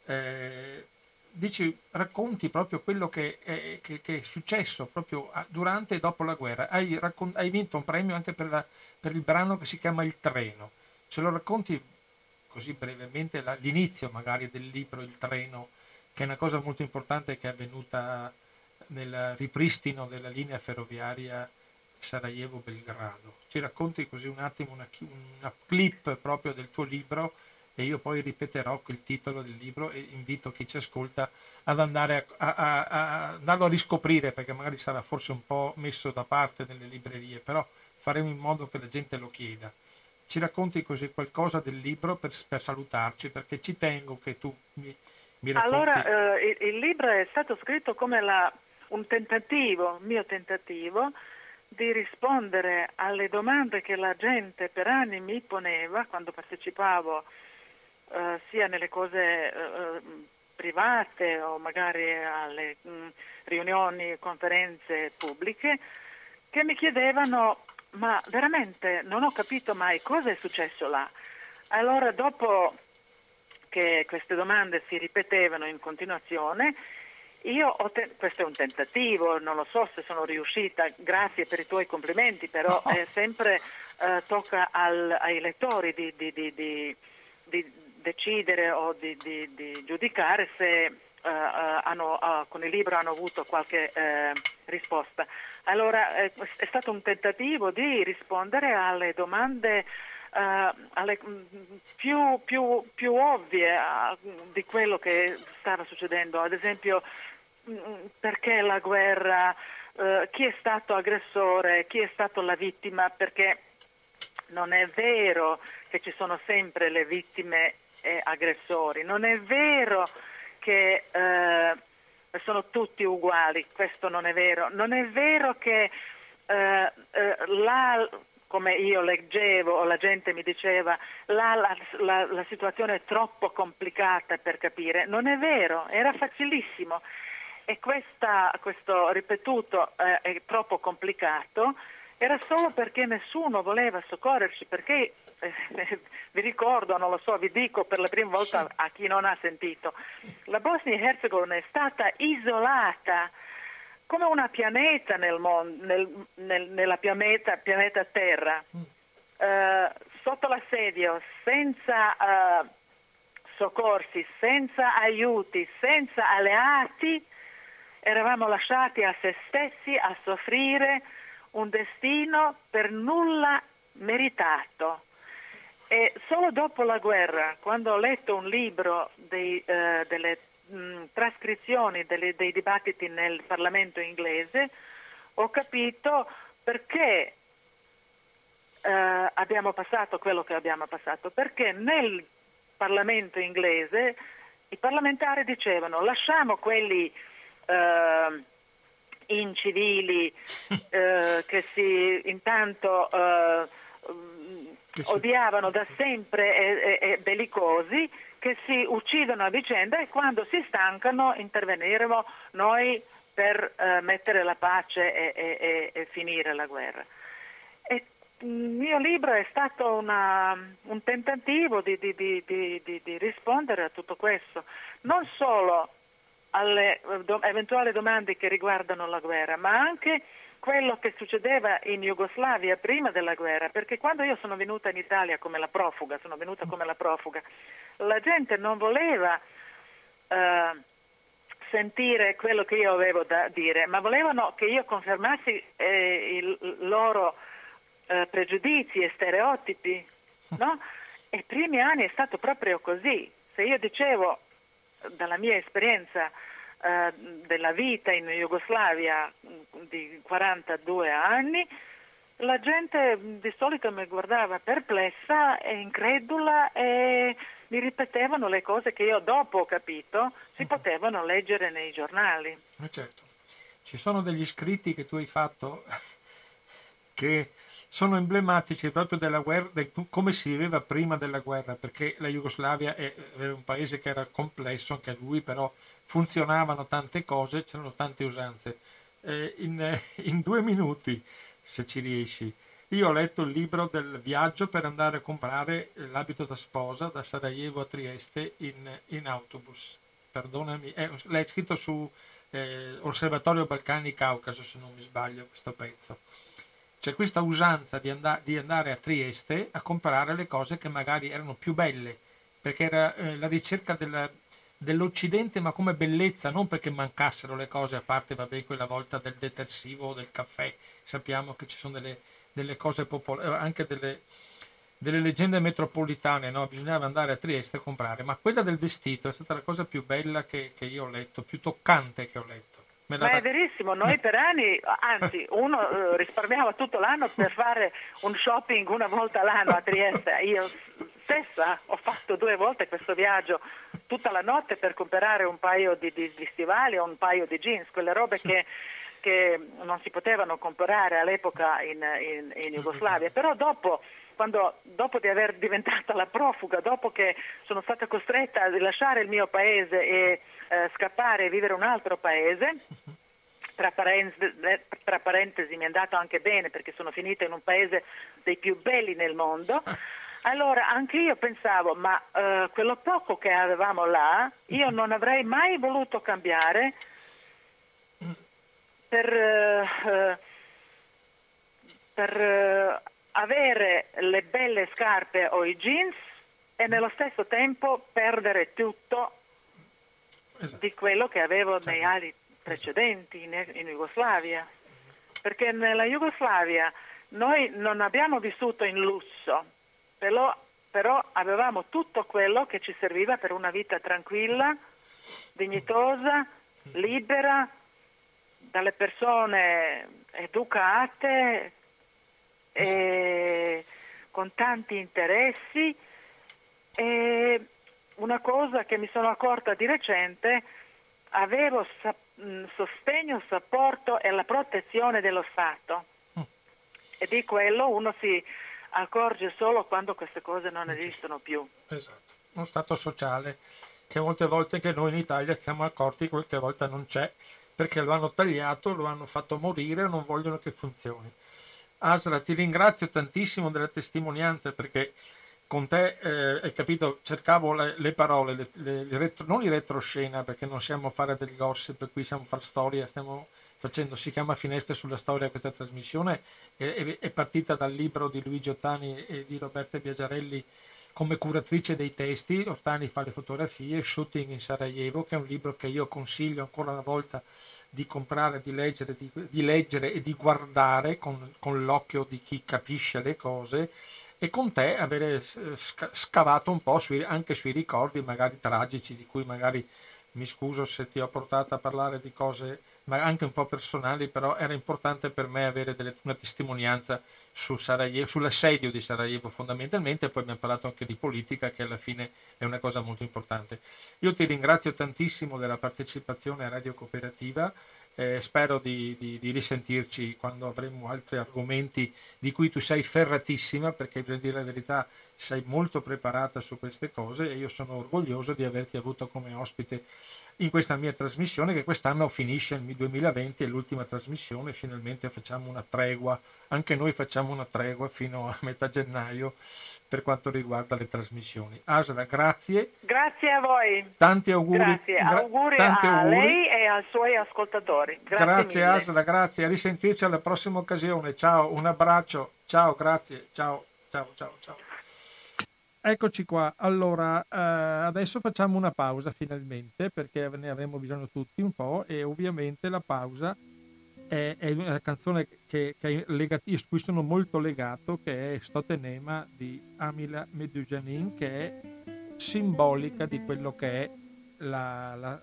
racconti proprio quello che è successo proprio durante e dopo la guerra. Hai vinto un premio anche per il brano che si chiama Il treno. Ce lo racconti così brevemente l'inizio magari del libro Il treno, che è una cosa molto importante che è avvenuta nel ripristino della linea ferroviaria Sarajevo-Belgrado. Ci racconti così un attimo una clip proprio del tuo libro, e io poi ripeterò il titolo del libro e invito chi ci ascolta ad andare a andarlo a riscoprire, perché magari sarà forse un po' messo da parte nelle librerie, però faremo in modo che la gente lo chieda. Ci racconti così qualcosa del libro per salutarci, perché ci tengo che tu mi racconti. Allora, il libro è stato scritto come un mio tentativo di rispondere alle domande che la gente per anni mi poneva quando partecipavo sia nelle cose private o magari alle riunioni, conferenze pubbliche, che mi chiedevano: ma veramente non ho capito mai cosa è successo là. Allora, dopo che queste domande si ripetevano in continuazione, questo è un tentativo, non lo so se sono riuscita, grazie per i tuoi complimenti, però sempre tocca ai lettori di decidere o di giudicare se con il libro hanno avuto qualche risposta. Allora è stato un tentativo di rispondere alle domande alle più ovvie di quello che stava succedendo. Ad esempio, perché la guerra, chi è stato aggressore, chi è stato la vittima, perché non è vero che ci sono sempre le vittime e aggressori, non è vero che sono tutti uguali, questo non è vero, non è vero che come io leggevo o la gente mi diceva, la situazione è troppo complicata per capire, non è vero, era facilissimo. E questo ripetuto è troppo complicato era solo perché nessuno voleva soccorrerci, perché vi ricordo, non lo so, vi dico per la prima volta a chi non ha sentito, la Bosnia e Herzegovina è stata isolata come una pianeta nel mondo, nella pianeta Terra, sotto l'assedio, senza soccorsi, senza aiuti, senza alleati. Eravamo lasciati a se stessi a soffrire un destino per nulla meritato. E solo dopo la guerra, quando ho letto un libro delle trascrizioni dei dibattiti nel Parlamento inglese, ho capito perché abbiamo passato quello che abbiamo passato, perché nel Parlamento inglese i parlamentari dicevano: lasciamo quelli incivili che intanto odiavano da sempre e bellicosi, che si uccidono a vicenda, e quando si stancano interveniremo noi per mettere la pace e finire la guerra. E il mio libro è stato un tentativo di rispondere a tutto questo, non solo alle eventuali domande che riguardano la guerra, ma anche quello che succedeva in Jugoslavia prima della guerra, perché quando io sono venuta in Italia come la profuga, la gente non voleva sentire quello che io avevo da dire, ma volevano che io confermassi i loro pregiudizi e stereotipi, no? E i primi anni è stato proprio così. Se io dicevo dalla mia esperienza della vita in Jugoslavia di 42 anni, la gente di solito mi guardava perplessa e incredula e mi ripetevano le cose che io dopo ho capito si potevano leggere nei giornali. Certo. Ci sono degli scritti che tu hai fatto che sono emblematici proprio della guerra, come si viveva prima della guerra, perché la Jugoslavia è un paese che era complesso anche a lui, però funzionavano tante cose, c'erano tante usanze. In 2 minuti, se ci riesci, io ho letto il libro del viaggio per andare a comprare l'abito da sposa da Sarajevo a Trieste in autobus. Perdonami, l'hai scritto su Osservatorio Balcani Caucaso, se non mi sbaglio, questo pezzo. C'è questa usanza di andare a Trieste a comprare le cose che magari erano più belle, perché era la ricerca dell'Occidente, ma come bellezza, non perché mancassero le cose, a parte quella volta del detersivo o del caffè. Sappiamo che ci sono delle cose popolari, anche delle leggende metropolitane, no? Bisognava andare a Trieste a comprare, ma quella del vestito è stata la cosa più bella che io ho letto, più toccante che ho letto. Ma è verissimo, noi per anni, anzi uno risparmiava tutto l'anno per fare un shopping una volta l'anno a Trieste. Io stessa ho fatto 2 volte questo viaggio tutta la notte per comprare un paio di stivali o un paio di jeans, quelle robe che non si potevano comprare all'epoca in Jugoslavia. Però dopo quando dopo di aver diventata la profuga, dopo che sono stata costretta a lasciare il mio paese e scappare e vivere in un altro paese, tra parentesi mi è andato anche bene perché sono finita in un paese dei più belli nel mondo. Allora anche io pensavo, ma quello poco che avevamo là, io non avrei mai voluto cambiare per avere le belle scarpe o i jeans e nello stesso tempo perdere tutto di quello che avevo nei anni precedenti in Jugoslavia. Perché nella Jugoslavia noi non abbiamo vissuto in lusso, però avevamo tutto quello che ci serviva per una vita tranquilla, dignitosa, libera, dalle persone educate e con tanti interessi. E una cosa che mi sono accorta di recente, avevo sostegno, supporto e la protezione dello Stato, e di quello uno si accorge solo quando queste cose non esistono più. Esatto, uno Stato sociale che molte volte che noi in Italia siamo accorti qualche volta non c'è, perché lo hanno tagliato, lo hanno fatto morire e non vogliono che funzioni. Asra, ti ringrazio tantissimo della testimonianza, perché con te, hai capito, cercavo le parole, non in retroscena, perché non siamo a fare del gossip, qui siamo a fare storia, stiamo facendo, si chiama Finestre sulla storia questa trasmissione, è partita dal libro di Luigi Ottani e di Roberta Biagiarelli come curatrice dei testi. Ottani fa le fotografie, Shooting in Sarajevo, che è un libro che io consiglio ancora una volta di comprare, di leggere e di guardare con l'occhio di chi capisce le cose, e con te avere scavato un po' anche sui ricordi magari tragici, di cui magari mi scuso se ti ho portato a parlare di cose ma anche un po' personali, però era importante per me avere una testimonianza su Sarajevo, sull'assedio di Sarajevo fondamentalmente, e poi abbiamo parlato anche di politica, che alla fine è una cosa molto importante. Io ti ringrazio tantissimo della partecipazione a Radio Cooperativa, spero di risentirci quando avremo altri argomenti di cui tu sei ferratissima, perché per dire la verità sei molto preparata su queste cose, e io sono orgoglioso di averti avuto come ospite in questa mia trasmissione, che quest'anno finisce il 2020, è l'ultima trasmissione, finalmente facciamo una tregua, anche noi facciamo una tregua fino a metà gennaio per quanto riguarda le trasmissioni. Asra, grazie. Grazie a voi. Tanti auguri. Grazie, auguri a lei e ai suoi ascoltatori. Grazie mille. Asra, grazie, a risentirci alla prossima occasione. Ciao, un abbraccio. Ciao, grazie. Ciao. Eccoci qua, allora adesso facciamo una pausa finalmente, perché ne avremo bisogno tutti un po', e ovviamente la pausa è una canzone su cui sono molto legato, che è Stotenema di Amila Medjujanin, che è simbolica di quello che è la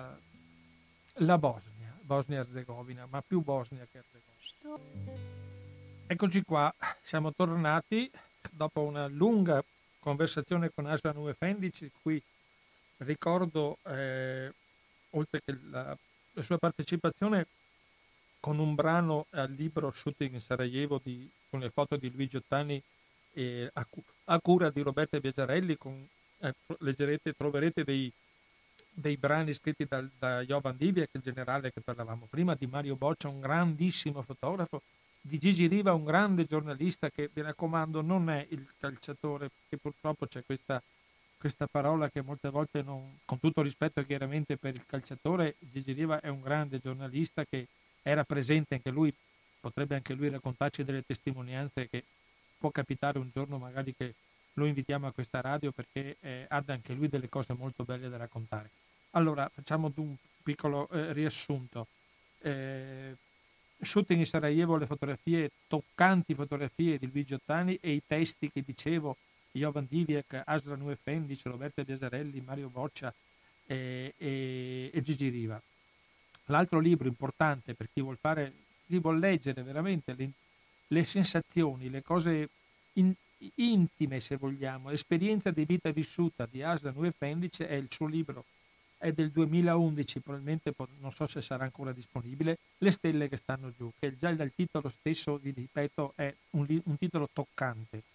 Bosnia-Herzegovina, ma più Bosnia che Herzegovina. Eccoci qua, siamo tornati dopo una lunga conversazione con Aslan Efendic, di cui ricordo, oltre che la sua partecipazione con un brano al libro Shooting in Sarajevo con le foto di Luigi Ottani, a cura di Roberta Biagiarelli, troverete dei brani scritti da Jovan Divjak, il generale che parlavamo prima, di Mario Boccia, un grandissimo fotografo, di Gigi Riva, un grande giornalista che, mi raccomando, non è il calciatore, perché purtroppo c'è questa parola che molte volte, con tutto rispetto chiaramente per il calciatore, Gigi Riva è un grande giornalista che era presente anche lui, potrebbe anche lui raccontarci delle testimonianze, che può capitare un giorno magari che lo invitiamo a questa radio, perché ha anche lui delle cose molto belle da raccontare. Allora, facciamo un piccolo riassunto. Shooting in Sarajevo, le fotografie, toccanti fotografie di Luigi Ottani, e i testi che dicevo, Jovan Divjak, Aslan Efendic, Roberta Biagiarelli, Mario Boccia e Gigi Riva. L'altro libro importante per chi vuol leggere veramente le sensazioni, le cose intime, se vogliamo, esperienza di vita vissuta di Aslan Efendic, è il suo libro, è del 2011, probabilmente non so se sarà ancora disponibile, Le stelle che stanno giù, che già dal titolo stesso, vi ripeto, è un titolo toccante.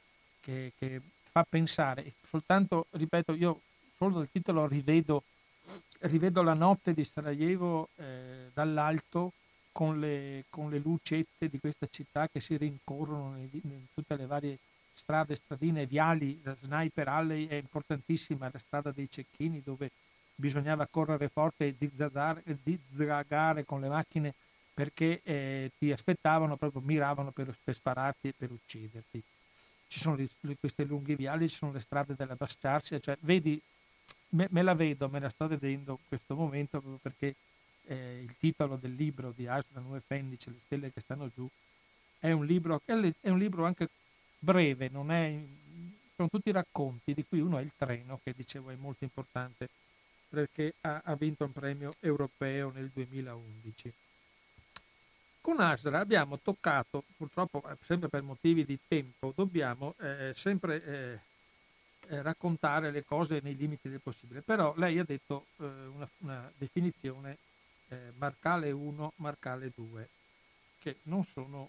che fa pensare. Soltanto, ripeto, io solo dal titolo rivedo la notte di Sarajevo dall'alto con le lucette di questa città che si rincorrono in tutte le varie strade, stradine, viali. La Sniper Alley è importantissima, la strada dei cecchini dove bisognava correre forte e zigzagare con le macchine perché ti aspettavano, proprio miravano per spararti e per ucciderti. Ci sono queste lunghe viali, ci sono le strade della Basciarcia, cioè vedi, me la vedo, me la sto vedendo in questo momento proprio perché il titolo del libro di Ashram Effendi, Le stelle che stanno giù, è un libro anche breve, sono tutti racconti, di cui uno è Il treno, che dicevo è molto importante perché ha vinto un premio europeo nel 2011. Con Asra abbiamo toccato, purtroppo sempre per motivi di tempo, dobbiamo sempre raccontare le cose nei limiti del possibile, però lei ha detto una definizione Marcale 1, Marcale 2, che non sono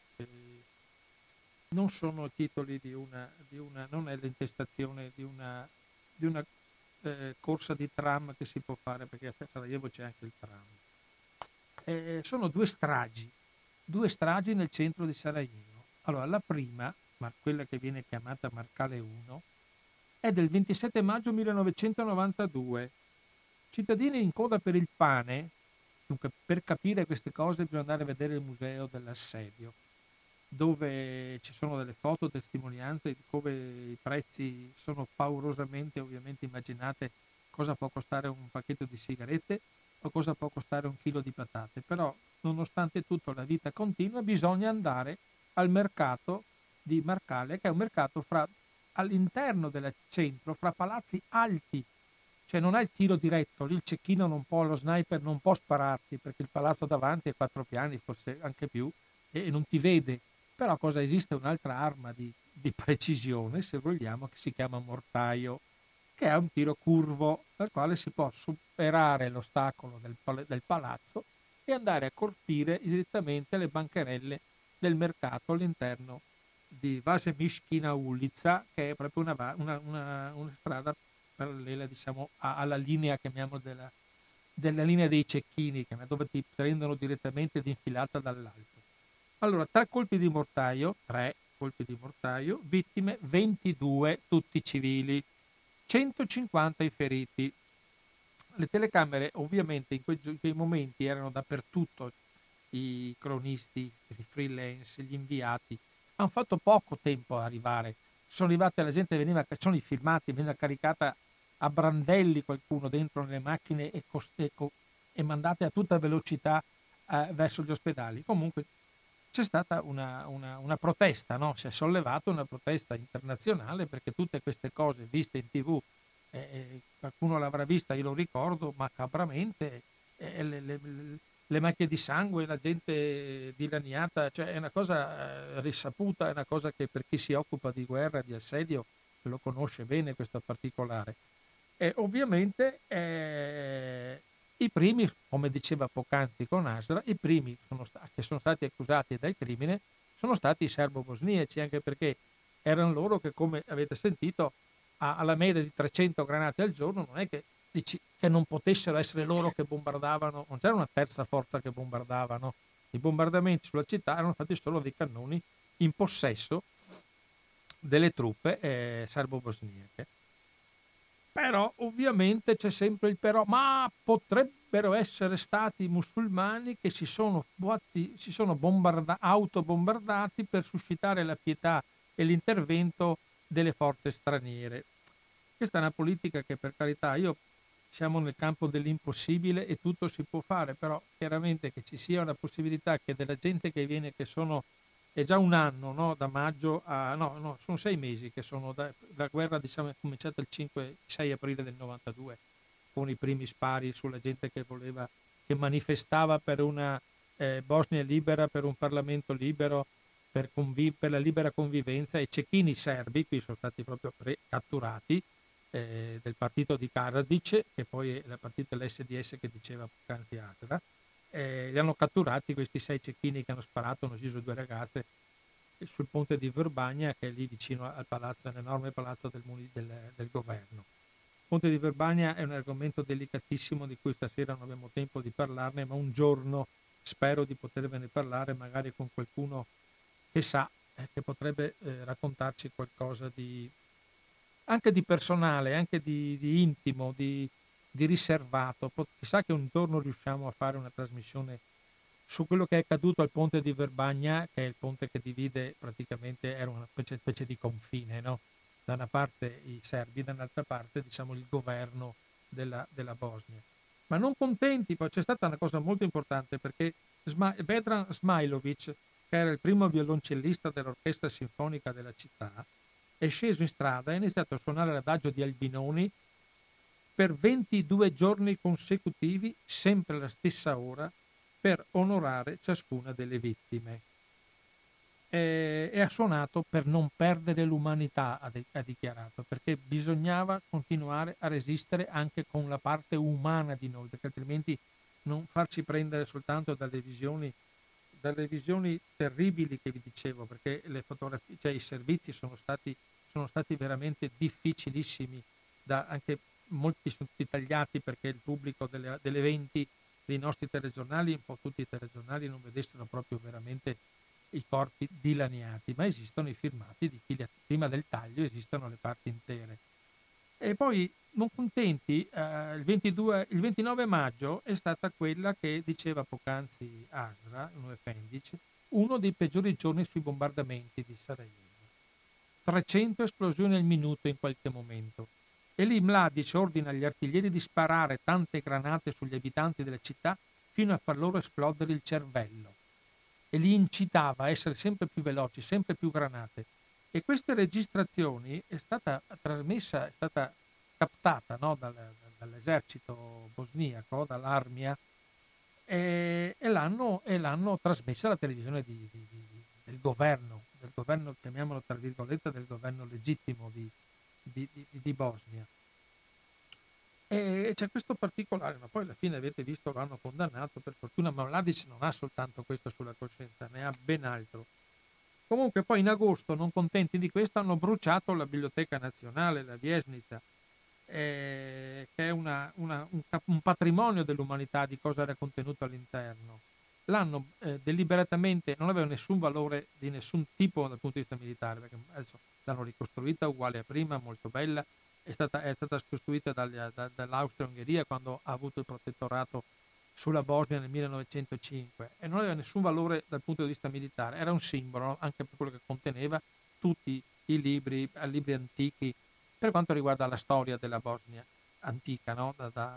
titoli non è l'intestazione di una corsa di tram che si può fare, perché a Sarajevo c'è anche il tram. Sono due stragi nel centro di Sarajevo. Allora, la prima, ma quella che viene chiamata Marcale 1, è del 27 maggio 1992. Cittadini in coda per il pane. Dunque, per capire queste cose bisogna andare a vedere il museo dell'assedio, dove ci sono delle foto testimonianze di come i prezzi sono paurosamente, ovviamente immaginate cosa può costare un pacchetto di sigarette o cosa può costare un chilo di patate, però nonostante tutto la vita continua, bisogna andare al mercato di Marcale, che è un mercato all'interno del centro, fra palazzi alti, cioè non è il tiro diretto, lì il cecchino lo sniper non può spararti perché il palazzo davanti è 4 piani, forse anche più, e non ti vede. Però esiste un'altra arma di precisione, se vogliamo, che si chiama mortaio, che è un tiro curvo dal quale si può superare l'ostacolo del palazzo e andare a colpire direttamente le bancarelle del mercato all'interno di Vasemishkina Ulica, che è proprio una strada parallela, diciamo, alla linea, chiamiamo, della linea dei cecchini, dove ti prendono direttamente d'infilata dall'alto. Allora, 3 colpi di mortaio, vittime 22, tutti civili, 150 i feriti. Le telecamere ovviamente in quei momenti erano dappertutto, i cronisti, i freelance, gli inviati, hanno fatto poco tempo ad arrivare. Sono arrivate, la gente sono i filmati, veniva caricata a brandelli qualcuno dentro nelle macchine e mandate a tutta velocità verso gli ospedali. Comunque c'è stata una protesta, no? Si è sollevata una protesta internazionale perché tutte queste cose viste in TV, qualcuno l'avrà vista, io lo ricordo macabramente, le macchie di sangue, la gente dilaniata, cioè è una cosa risaputa, è una cosa che per chi si occupa di guerra, di assedio, lo conosce bene questo particolare. E ovviamente i primi, come diceva poc'anzi con Asra, i primi che sono stati accusati del crimine sono stati i serbo-bosniaci, anche perché erano loro che, come avete sentito, alla media di 300 granate al giorno, non è che dici che non potessero essere loro che bombardavano, non c'era una terza forza che bombardavano. I bombardamenti sulla città erano fatti solo dei cannoni in possesso delle truppe serbo-bosniache. Però ovviamente c'è sempre il però, ma potrebbero essere stati i musulmani che si sono autobombardati per suscitare la pietà e l'intervento delle forze straniere. Questa è una politica che, per carità, siamo nel campo dell'impossibile e tutto si può fare, però chiaramente che ci sia una possibilità che della gente che viene, è già un anno, no? Da maggio sono 6 mesi che la guerra, diciamo, è cominciata il 5-6 aprile del 92 con i primi spari sulla gente che manifestava per una Bosnia libera, per un Parlamento libero, per la libera convivenza, e cecchini serbi, qui sono stati proprio catturati, del partito di Karadzic, che poi è il partito dell'SDS che diceva poc'anzi Asra. Li hanno catturati questi 6 cecchini che hanno sparato, hanno ucciso 2 ragazze sul ponte di Verbania, che è lì vicino al palazzo, all'enorme palazzo del governo. Il ponte di Verbania è un argomento delicatissimo di cui stasera non abbiamo tempo di parlarne, ma un giorno spero di potervene parlare, magari con qualcuno che sa, che potrebbe raccontarci qualcosa anche di personale, anche di intimo, di riservato. Chissà che un giorno riusciamo a fare una trasmissione su quello che è accaduto al ponte di Verbania, che è il ponte che divide praticamente, era una specie di confine, no? Da una parte i serbi, dall'altra parte diciamo il governo della Bosnia. Ma non contenti, poi c'è stata una cosa molto importante, perché Vedran Smailovic, che era il primo violoncellista dell'orchestra sinfonica della città, è sceso in strada e ha iniziato a suonare l'adagio di Albinoni per 22 giorni consecutivi, sempre alla stessa ora, per onorare ciascuna delle vittime. E ha suonato per non perdere l'umanità, ha dichiarato, perché bisognava continuare a resistere anche con la parte umana di noi, perché altrimenti non farci prendere soltanto dalle visioni terribili che vi dicevo, perché le fotografie, cioè i servizi sono stati veramente difficilissimi, anche molti sono stati tagliati perché il pubblico delle 20 dei nostri telegiornali, un po' tutti i telegiornali, non vedessero proprio veramente i corpi dilaniati, ma esistono i filmati di chi prima del taglio esistono le parti intere. E poi, non contenti, il 29 maggio è stata quella che diceva poc'anzi Asra, Efendic, uno dei peggiori giorni sui bombardamenti di Sarajevo. 300 esplosioni al minuto in qualche momento. E lì Mladic ordina agli artiglieri di sparare tante granate sugli abitanti della città fino a far loro esplodere il cervello. E li incitava a essere sempre più veloci, sempre più granate. E queste registrazioni è stata trasmessa, è stata captata, no, dall'esercito bosniaco, dall'Armia, e l'hanno trasmessa alla televisione del governo, chiamiamolo tra virgolette, del governo legittimo di Bosnia. E c'è questo particolare, ma poi alla fine avete visto, lo hanno condannato per fortuna, ma Mladic non ha soltanto questo sulla coscienza, ne ha ben altro. Comunque poi in agosto, non contenti di questo, hanno bruciato la Biblioteca Nazionale, la Viesnica, che è un patrimonio dell'umanità di cosa era contenuto all'interno. L'hanno deliberatamente, non aveva nessun valore di nessun tipo dal punto di vista militare, perché adesso l'hanno ricostruita uguale a prima, molto bella, è stata costruita dall'Austria-Ungheria quando ha avuto il protettorato sulla Bosnia nel 1905 e non aveva nessun valore dal punto di vista militare, era un simbolo, no? Anche per quello che conteneva tutti i libri antichi per quanto riguarda la storia della Bosnia antica, no?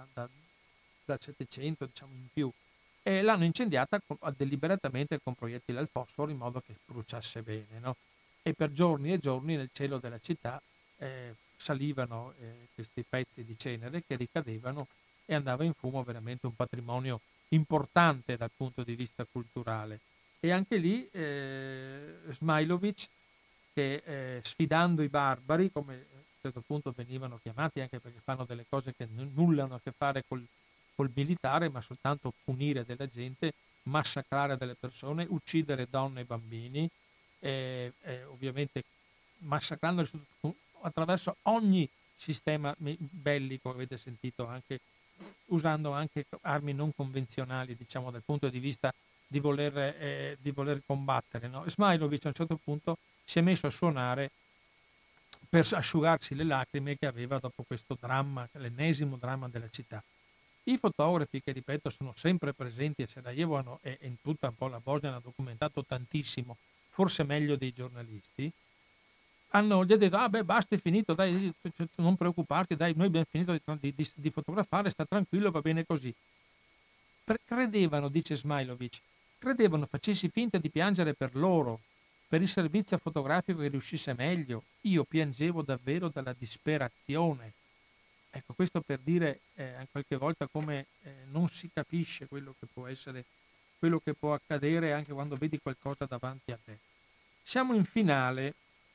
Dal 700 diciamo in più, e l'hanno incendiata deliberatamente con proiettili al fosforo in modo che bruciasse bene, no? E per giorni e giorni nel cielo della città salivano questi pezzi di cenere che ricadevano e andava in fumo veramente un patrimonio importante dal punto di vista culturale. E anche lì Smailovic, che sfidando i barbari, come a un certo punto venivano chiamati, anche perché fanno delle cose che nulla hanno a che fare col militare, ma soltanto punire della gente, massacrare delle persone, uccidere donne e bambini, ovviamente massacrandoli attraverso ogni sistema bellico, avete sentito, anche usando anche armi non convenzionali, diciamo, dal punto di vista di voler combattere, no? Smailovic a un certo punto si è messo a suonare per asciugarsi le lacrime che aveva dopo questo dramma, l'ennesimo dramma della città. I fotografi, che ripeto sono sempre presenti a Sarajevo e in tutta un po' la Bosnia, hanno documentato tantissimo, forse meglio dei giornalisti, gli ha detto, basta, è finito, dai, non preoccuparti, dai, noi abbiamo finito di fotografare, sta tranquillo, va bene così. Credevano, dice Smailovic, facessi finta di piangere per loro, per il servizio fotografico che riuscisse meglio. Io piangevo davvero dalla disperazione. Ecco, questo per dire qualche volta come non si capisce quello che può essere, quello che può accadere anche quando vedi qualcosa davanti a te. Siamo in finale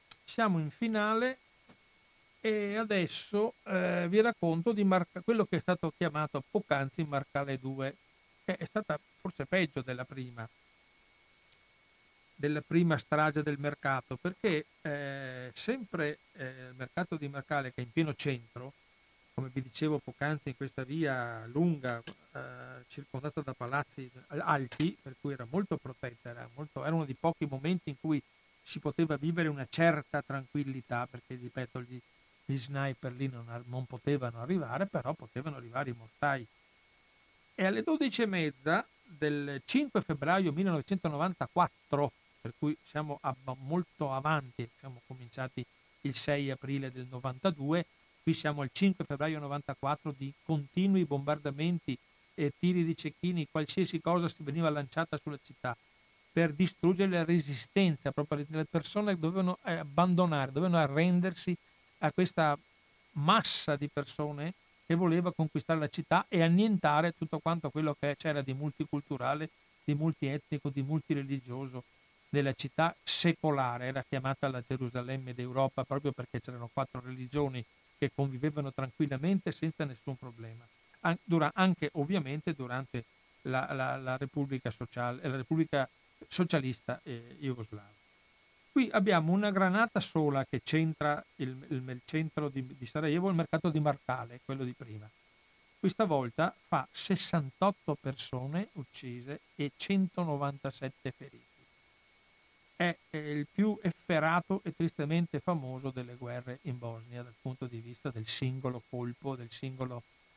e adesso vi racconto di quello che è stato chiamato poc'anzi Marcale 2, che è stata forse peggio della prima. della prima strage del mercato, perché sempre il mercato di Marcale, che è in pieno centro, come vi dicevo poc'anzi, in questa via lunga, circondata da palazzi alti, per cui era molto protetta, era uno dei pochi momenti in cui si poteva vivere una certa tranquillità, perché ripeto, gli sniper lì non potevano arrivare, però potevano arrivare i mortai. E alle 12:30 del 5 febbraio 1994, per cui siamo molto avanti, siamo cominciati il 6 aprile del 92, qui siamo al 5 febbraio 94 di continui bombardamenti e tiri di cecchini, qualsiasi cosa si veniva lanciata sulla città per distruggere la resistenza, proprio le persone dovevano abbandonare, dovevano arrendersi a questa massa di persone che voleva conquistare la città e annientare tutto quanto quello che c'era di multiculturale, di multietnico, di multireligioso nella città secolare. Era chiamata la Gerusalemme d'Europa proprio perché c'erano 4 religioni che convivevano tranquillamente senza nessun problema. Anche ovviamente durante la Repubblica Sociale, la Repubblica Socialista Jugoslava. Qui abbiamo una granata sola che centra il centro di Sarajevo, il mercato di Marcale, quello di prima. Questa volta fa 68 persone uccise e 197 feriti. È il più efferato e tristemente famoso delle guerre in Bosnia dal punto di vista del singolo colpo, del singolo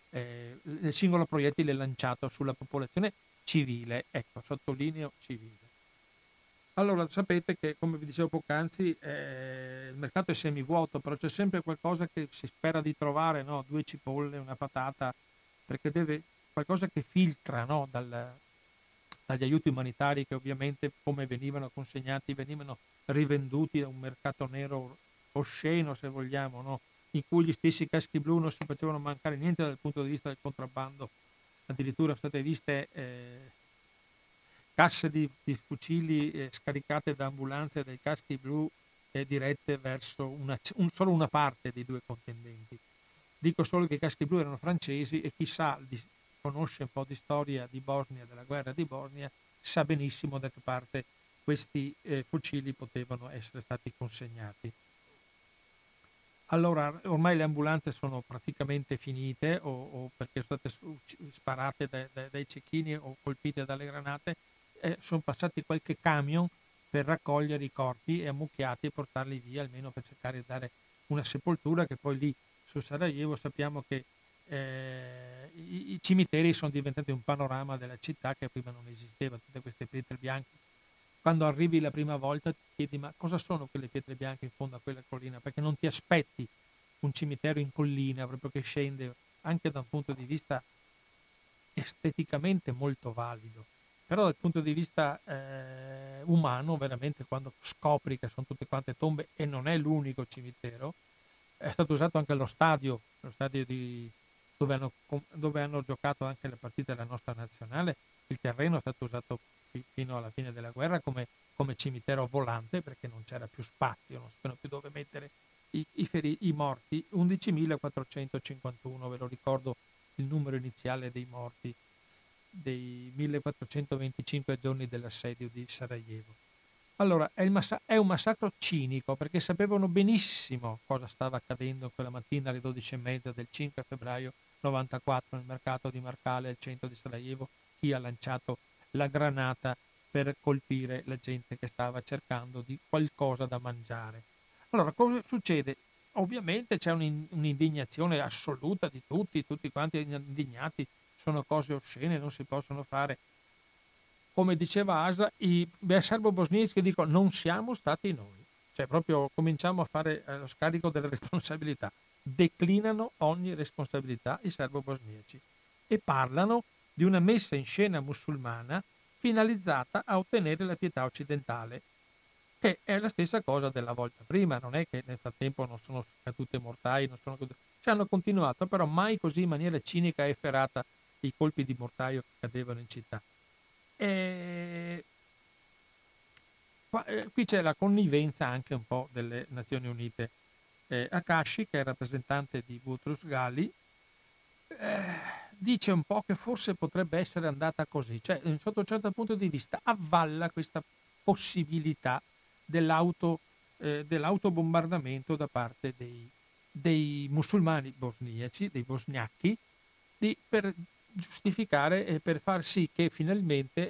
proiettile lanciato sulla popolazione civile. Ecco, sottolineo civile. Allora, sapete che, come vi dicevo poc'anzi, il mercato è semivuoto, però c'è sempre qualcosa che si spera di trovare, no? 2 cipolle, una patata, perché deve qualcosa che filtra, no? Dagli aiuti umanitari che ovviamente, come venivano consegnati, venivano rivenduti da un mercato nero osceno, se vogliamo, no? In cui gli stessi caschi blu non si facevano mancare niente dal punto di vista del contrabbando. Addirittura sono state viste casse di fucili scaricate da ambulanze dai caschi blu dirette verso solo una parte dei 2 contendenti. Dico solo che i caschi blu erano francesi e chissà, conosce un po' di storia di Bosnia, della guerra di Bosnia, sa benissimo da che parte questi fucili potevano essere stati consegnati. Allora, ormai le ambulanze sono praticamente finite o perché sono state sparate dai cecchini o colpite dalle granate. Sono passati qualche camion per raccogliere i corpi e ammucchiati e portarli via, almeno per cercare di dare una sepoltura, che poi lì su Sarajevo sappiamo che i cimiteri sono diventati un panorama della città che prima non esisteva, tutte queste pietre bianche. Quando arrivi la prima volta ti chiedi ma cosa sono quelle pietre bianche in fondo a quella collina, perché non ti aspetti un cimitero in collina proprio che scende anche da un punto di vista esteticamente molto valido. Però dal punto di vista umano, veramente, quando scopri che sono tutte quante tombe e non è l'unico cimitero, è stato usato anche lo stadio dove hanno giocato anche le partite della nostra nazionale. Il terreno è stato usato fino alla fine della guerra come cimitero volante, perché non c'era più spazio, non sapevano più dove mettere i morti. 11.451, ve lo ricordo il numero iniziale dei morti dei 1425 giorni dell'assedio di Sarajevo. Allora, è un massacro cinico, perché sapevano benissimo cosa stava accadendo quella mattina alle 12:30 del 5 febbraio 94 nel mercato di Marcale, al centro di Sarajevo, chi ha lanciato la granata per colpire la gente che stava cercando di qualcosa da mangiare. Allora, cosa succede? Ovviamente c'è un'indignazione assoluta di tutti quanti indignati, sono cose oscene, non si possono fare. Come diceva Asa, i serbo-bosniaci dicono non siamo stati noi, cioè proprio cominciamo a fare lo scarico delle responsabilità, declinano ogni responsabilità i serbo-bosniaci e parlano di una messa in scena musulmana finalizzata a ottenere la pietà occidentale, che è la stessa cosa della volta prima. Non è che nel frattempo non sono cadute mortai, hanno continuato, però mai così in maniera cinica e efferata i colpi di mortaio che cadevano in città. Qui c'è la connivenza anche un po' delle Nazioni Unite. Akashi, che è il rappresentante di Boutros Ghali, dice un po' che forse potrebbe essere andata così, cioè sotto un certo punto di vista avvalla questa possibilità dell'autobombardamento da parte dei musulmani bosniaci, dei bosgnacchi, per giustificare e per far sì che finalmente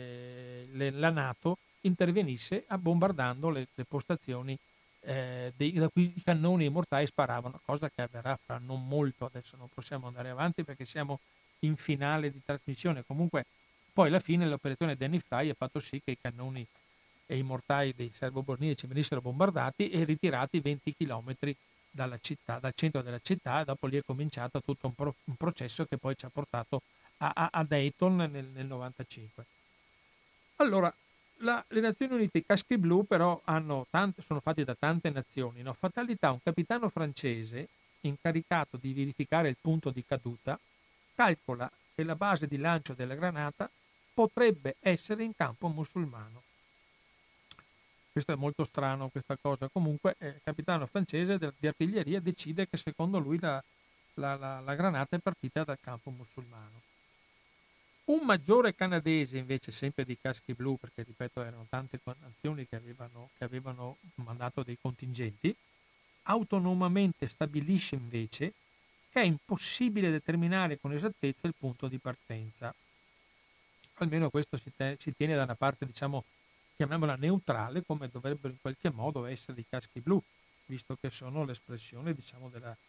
la NATO intervenisse bombardando le postazioni da cui i cannoni e i mortai sparavano, cosa che avverrà fra non molto. Adesso non possiamo andare avanti perché siamo in finale di trasmissione. Comunque poi alla fine l'operazione Danny Fry ha fatto sì che i cannoni e i mortai dei serbo-bosniaci venissero bombardati e ritirati 20 chilometri dalla città, dal centro della città, e dopo lì è cominciato tutto un processo che poi ci ha portato a Dayton nel 95. Allora, le Nazioni Unite, i caschi blu però sono fatti da tante nazioni, no? Fatalità, un capitano francese incaricato di verificare il punto di caduta calcola che la base di lancio della granata potrebbe essere in campo musulmano. Questo è molto strano, questa cosa. Comunque il capitano francese di artiglieria decide che secondo lui la granata è partita dal campo musulmano. Un maggiore canadese invece, sempre di caschi blu, perché ripeto erano tante nazioni che avevano mandato dei contingenti, autonomamente stabilisce invece che è impossibile determinare con esattezza il punto di partenza. Almeno questo si tiene da una parte, diciamo, chiamiamola neutrale, come dovrebbero in qualche modo essere i caschi blu, visto che sono l'espressione, diciamo,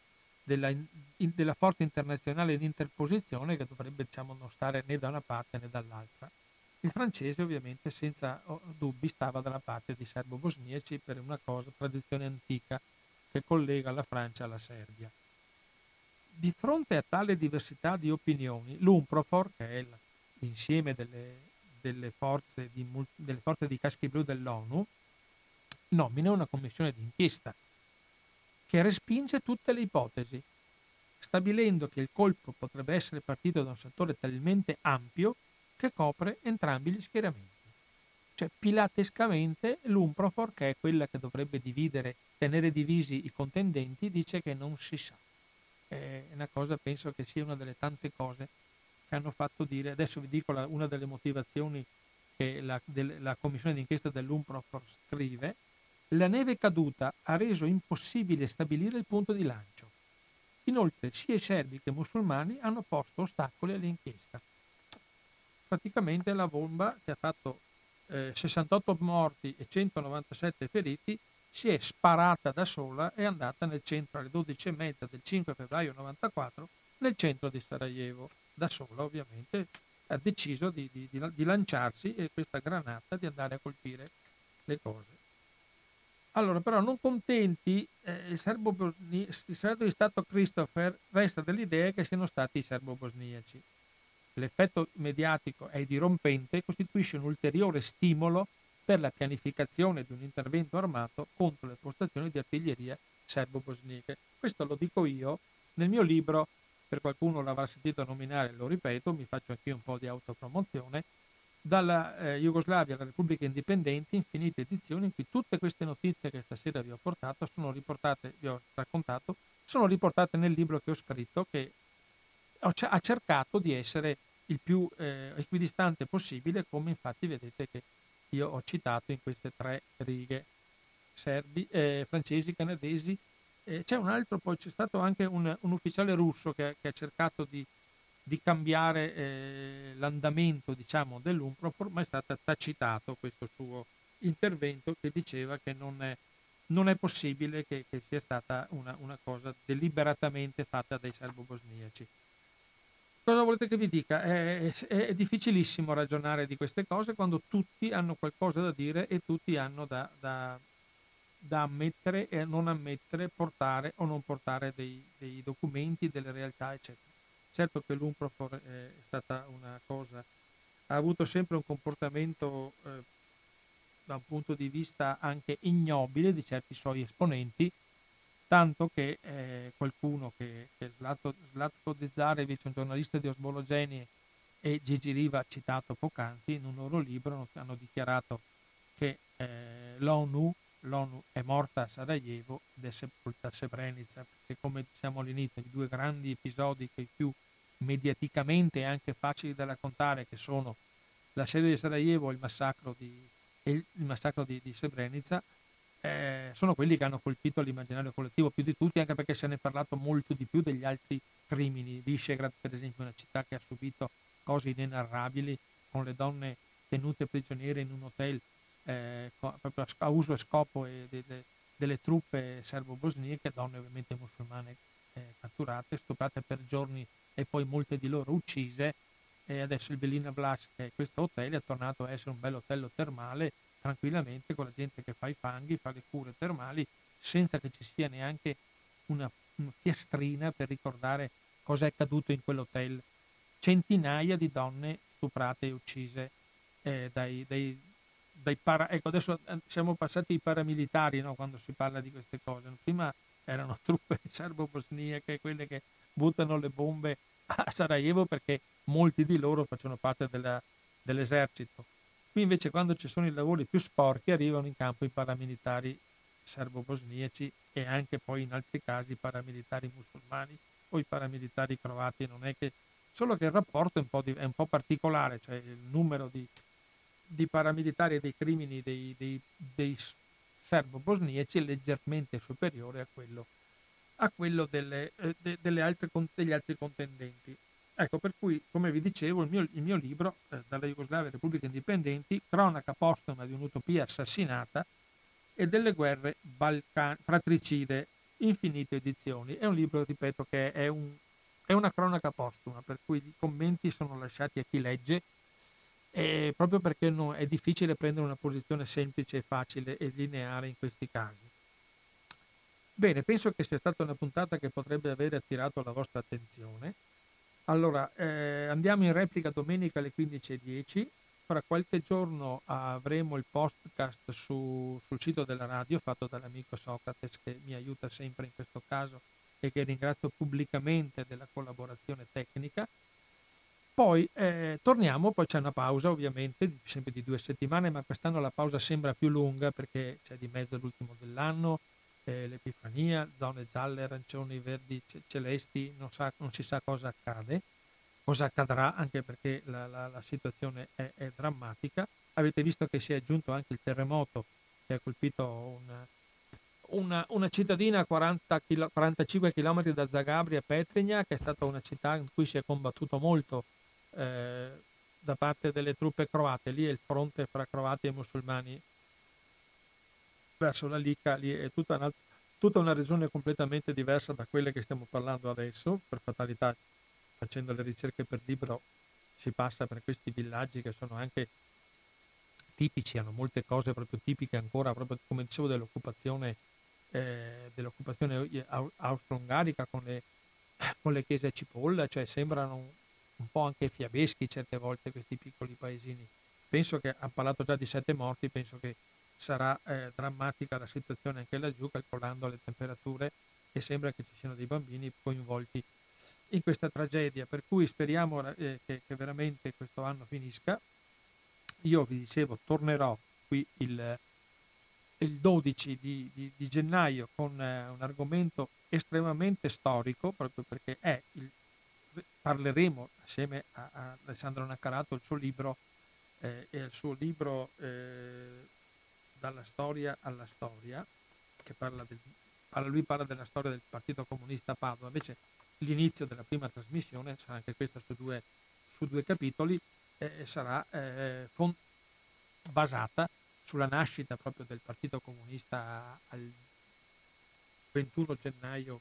della forza internazionale di interposizione che dovrebbe, diciamo, non stare né da una parte né dall'altra. Il francese ovviamente senza dubbi stava dalla parte dei serbo-bosniaci per una tradizione antica che collega la Francia alla Serbia. Di fronte a tale diversità di opinioni, l'UNPROFOR, che è l'insieme delle forze di caschi blu dell'ONU, nomina una commissione d'inchiesta che respinge tutte le ipotesi, stabilendo che il colpo potrebbe essere partito da un settore talmente ampio che copre entrambi gli schieramenti. Cioè, pilatescamente, l'UNPROFOR, che è quella che dovrebbe tenere divisi i contendenti, dice che non si sa. È una cosa, penso che sia una delle tante cose che hanno fatto dire. Adesso vi dico una delle motivazioni che la commissione d'inchiesta dell'UNPROFOR scrive: la neve caduta ha reso impossibile stabilire il punto di lancio. Inoltre sia i serbi che i musulmani hanno posto ostacoli all'inchiesta. Praticamente la bomba, che ha fatto 68 morti e 197 feriti, si è sparata da sola e è andata nel centro alle 12:30 del 5 febbraio 94 nel centro di Sarajevo. Da sola ovviamente ha deciso di lanciarsi e questa granata di andare a colpire le cose. Allora, però, non contenti, il segreto di Stato Christopher resta dell'idea che siano stati i serbo-bosniaci. L'effetto mediatico è dirompente e costituisce un ulteriore stimolo per la pianificazione di un intervento armato contro le postazioni di artiglieria serbo-bosniache. Questo lo dico io nel mio libro, per qualcuno l'avrà sentito nominare, lo ripeto, mi faccio anche un po' di autopromozione, dalla Jugoslavia alla Repubblica Indipendente, infinite edizioni in cui tutte queste notizie che stasera vi ho raccontato, sono riportate nel libro che ho scritto, che ha cercato di essere il più equidistante possibile, come infatti vedete che io ho citato in queste 3 righe: serbi, francesi, canadesi. C'è un altro, poi c'è stato anche un ufficiale russo che ha cercato di cambiare l'andamento, diciamo, dell'UNPROFOR, ma è stato tacitato questo suo intervento, che diceva che non è possibile che sia stata una cosa deliberatamente fatta dai serbo-bosniaci. Cosa volete che vi dica? È difficilissimo ragionare di queste cose quando tutti hanno qualcosa da dire e tutti hanno da ammettere e non ammettere, portare o non portare dei documenti, delle realtà, eccetera. Certo che l'UNPROFOR è stata una cosa, ha avuto sempre un comportamento da un punto di vista anche ignobile di certi suoi esponenti, tanto che qualcuno che Zlatko Dezdarevic, un giornalista di Osbologenie, e Gigi Riva, citato poc'anzi, in un loro libro hanno dichiarato che l'ONU è morta a Sarajevo ed è sepolta a Srebrenica, perché, come diciamo all'inizio, i 2 grandi episodi che più mediaticamente e anche facili da raccontare, che sono l'assedio di Sarajevo e il massacro e il massacro di Srebrenica sono quelli che hanno colpito l'immaginario collettivo più di tutti, anche perché se ne è parlato molto di più degli altri crimini. Visegrad, per esempio, è una città che ha subito cose inenarrabili, con le donne tenute prigioniere in un hotel proprio a uso e scopo delle truppe serbo-bosniache, donne ovviamente musulmane catturate, stuprate per giorni e poi molte di loro uccise. E adesso il Belina Vlach, che è questo hotel, è tornato a essere un bel hotel termale, tranquillamente, con la gente che fa i fanghi, fa le cure termali, senza che ci sia neanche una piastrina per ricordare cosa è accaduto in quell'hotel. Centinaia di donne stuprate e uccise ecco, adesso siamo passati ai paramilitari, no? Quando si parla di queste cose. Prima erano truppe serbo-bosniache, quelle che buttano le bombe a Sarajevo, perché molti di loro facevano parte dell'esercito. Qui invece, quando ci sono i lavori più sporchi, arrivano in campo i paramilitari serbo-bosniaci e anche poi in altri casi i paramilitari musulmani o i paramilitari croati. Non è che solo che il rapporto è un po' particolare, cioè il numero di paramilitari e dei crimini dei serbo-bosniaci è leggermente superiore a quello degli altri contendenti. Ecco, per cui, come vi dicevo, il mio libro, Dalla Jugoslavia alle Repubbliche Indipendenti, cronaca postuma di un'utopia assassinata e delle guerre fratricide, infinite edizioni. È un libro, ripeto, che è una cronaca postuma, per cui i commenti sono lasciati a chi legge, proprio perché è difficile prendere una posizione semplice, facile e lineare in questi casi. Bene, penso che sia stata una puntata che potrebbe avere attirato la vostra attenzione. Allora, andiamo in replica domenica alle 15:10. Fra qualche giorno avremo il podcast sul sito della radio, fatto dall'amico Socrates, che mi aiuta sempre in questo caso e che ringrazio pubblicamente della collaborazione tecnica. Poi torniamo, poi c'è una pausa ovviamente, sempre di 2 settimane, ma quest'anno la pausa sembra più lunga perché c'è di mezzo l'ultimo dell'anno, l'Epifania, zone gialle, arancioni, verdi, celesti, non si sa cosa accadrà, anche perché la situazione è drammatica. Avete visto che si è aggiunto anche il terremoto che ha colpito una cittadina a 45 km da Zagabria, Petrinja, che è stata una città in cui si è combattuto molto da parte delle truppe croate. Lì è il fronte fra croati e musulmani verso la Lica. Lì è tutta una regione completamente diversa da quelle che stiamo parlando adesso. Per fatalità, facendo le ricerche per libro, si passa per questi villaggi che sono anche tipici, hanno molte cose proprio tipiche ancora, proprio come dicevo, dell'occupazione austro-ungarica, con le chiese a cipolla, cioè sembrano un po' anche fiabeschi certe volte questi piccoli paesini. Penso che, hanno parlato già di 7 morti, penso che sarà drammatica la situazione anche laggiù, calcolando le temperature, e sembra che ci siano dei bambini coinvolti in questa tragedia, per cui speriamo che veramente questo anno finisca. Io vi dicevo, tornerò qui il 12 di gennaio con un argomento estremamente storico, proprio perché parleremo assieme a Alessandro Naccarato, il suo libro Dalla storia alla storia, che lui parla della storia del Partito Comunista a Padova. Invece l'inizio della prima trasmissione sarà anche questa su due capitoli, sarà basata sulla nascita proprio del Partito Comunista al 21 gennaio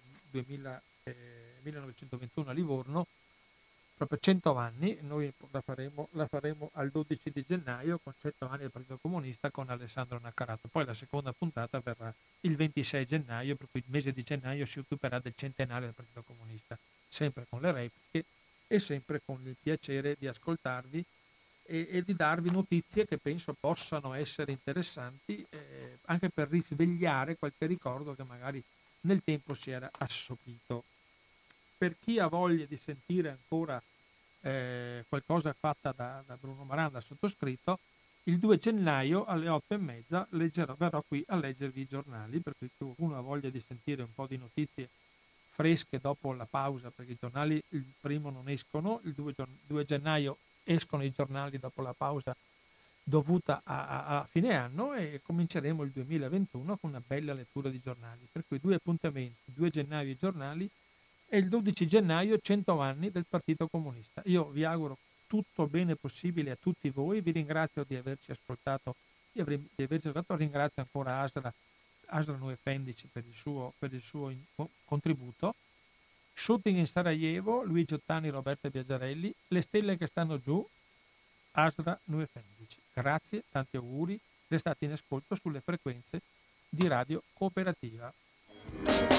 1921 a Livorno, proprio 100 anni. Noi la faremo al 12 di gennaio, con 100 anni del Partito Comunista, con Alessandro Naccarato. Poi la seconda puntata verrà il 26 gennaio, proprio il mese di gennaio si occuperà del centenario del Partito Comunista, sempre con le repliche e sempre con il piacere di ascoltarvi e di darvi notizie che penso possano essere interessanti, anche per risvegliare qualche ricordo che magari nel tempo si era assopito. Per chi ha voglia di sentire ancora qualcosa fatta da Bruno Maranda, sottoscritto, il 2 gennaio alle 8:30 verrò qui a leggervi i giornali, perché uno ha voglia di sentire un po' di notizie fresche dopo la pausa, perché i giornali il primo non escono, il 2 gennaio escono i giornali dopo la pausa dovuta a fine anno, e cominceremo il 2021 con una bella lettura di giornali, per cui 2 appuntamenti: 2 gennaio i giornali e il 12 gennaio 100 anni del Partito Comunista. Io vi auguro tutto bene possibile a tutti voi, vi ringrazio di averci ascoltato, ringrazio ancora Asranu Efendici per il suo contributo. Shooting in Sarajevo, Luigi Ottani, Roberta Biagiarelli, Le stelle che stanno giù, Asra Efendici. Grazie, tanti auguri, restate in ascolto sulle frequenze di Radio Cooperativa.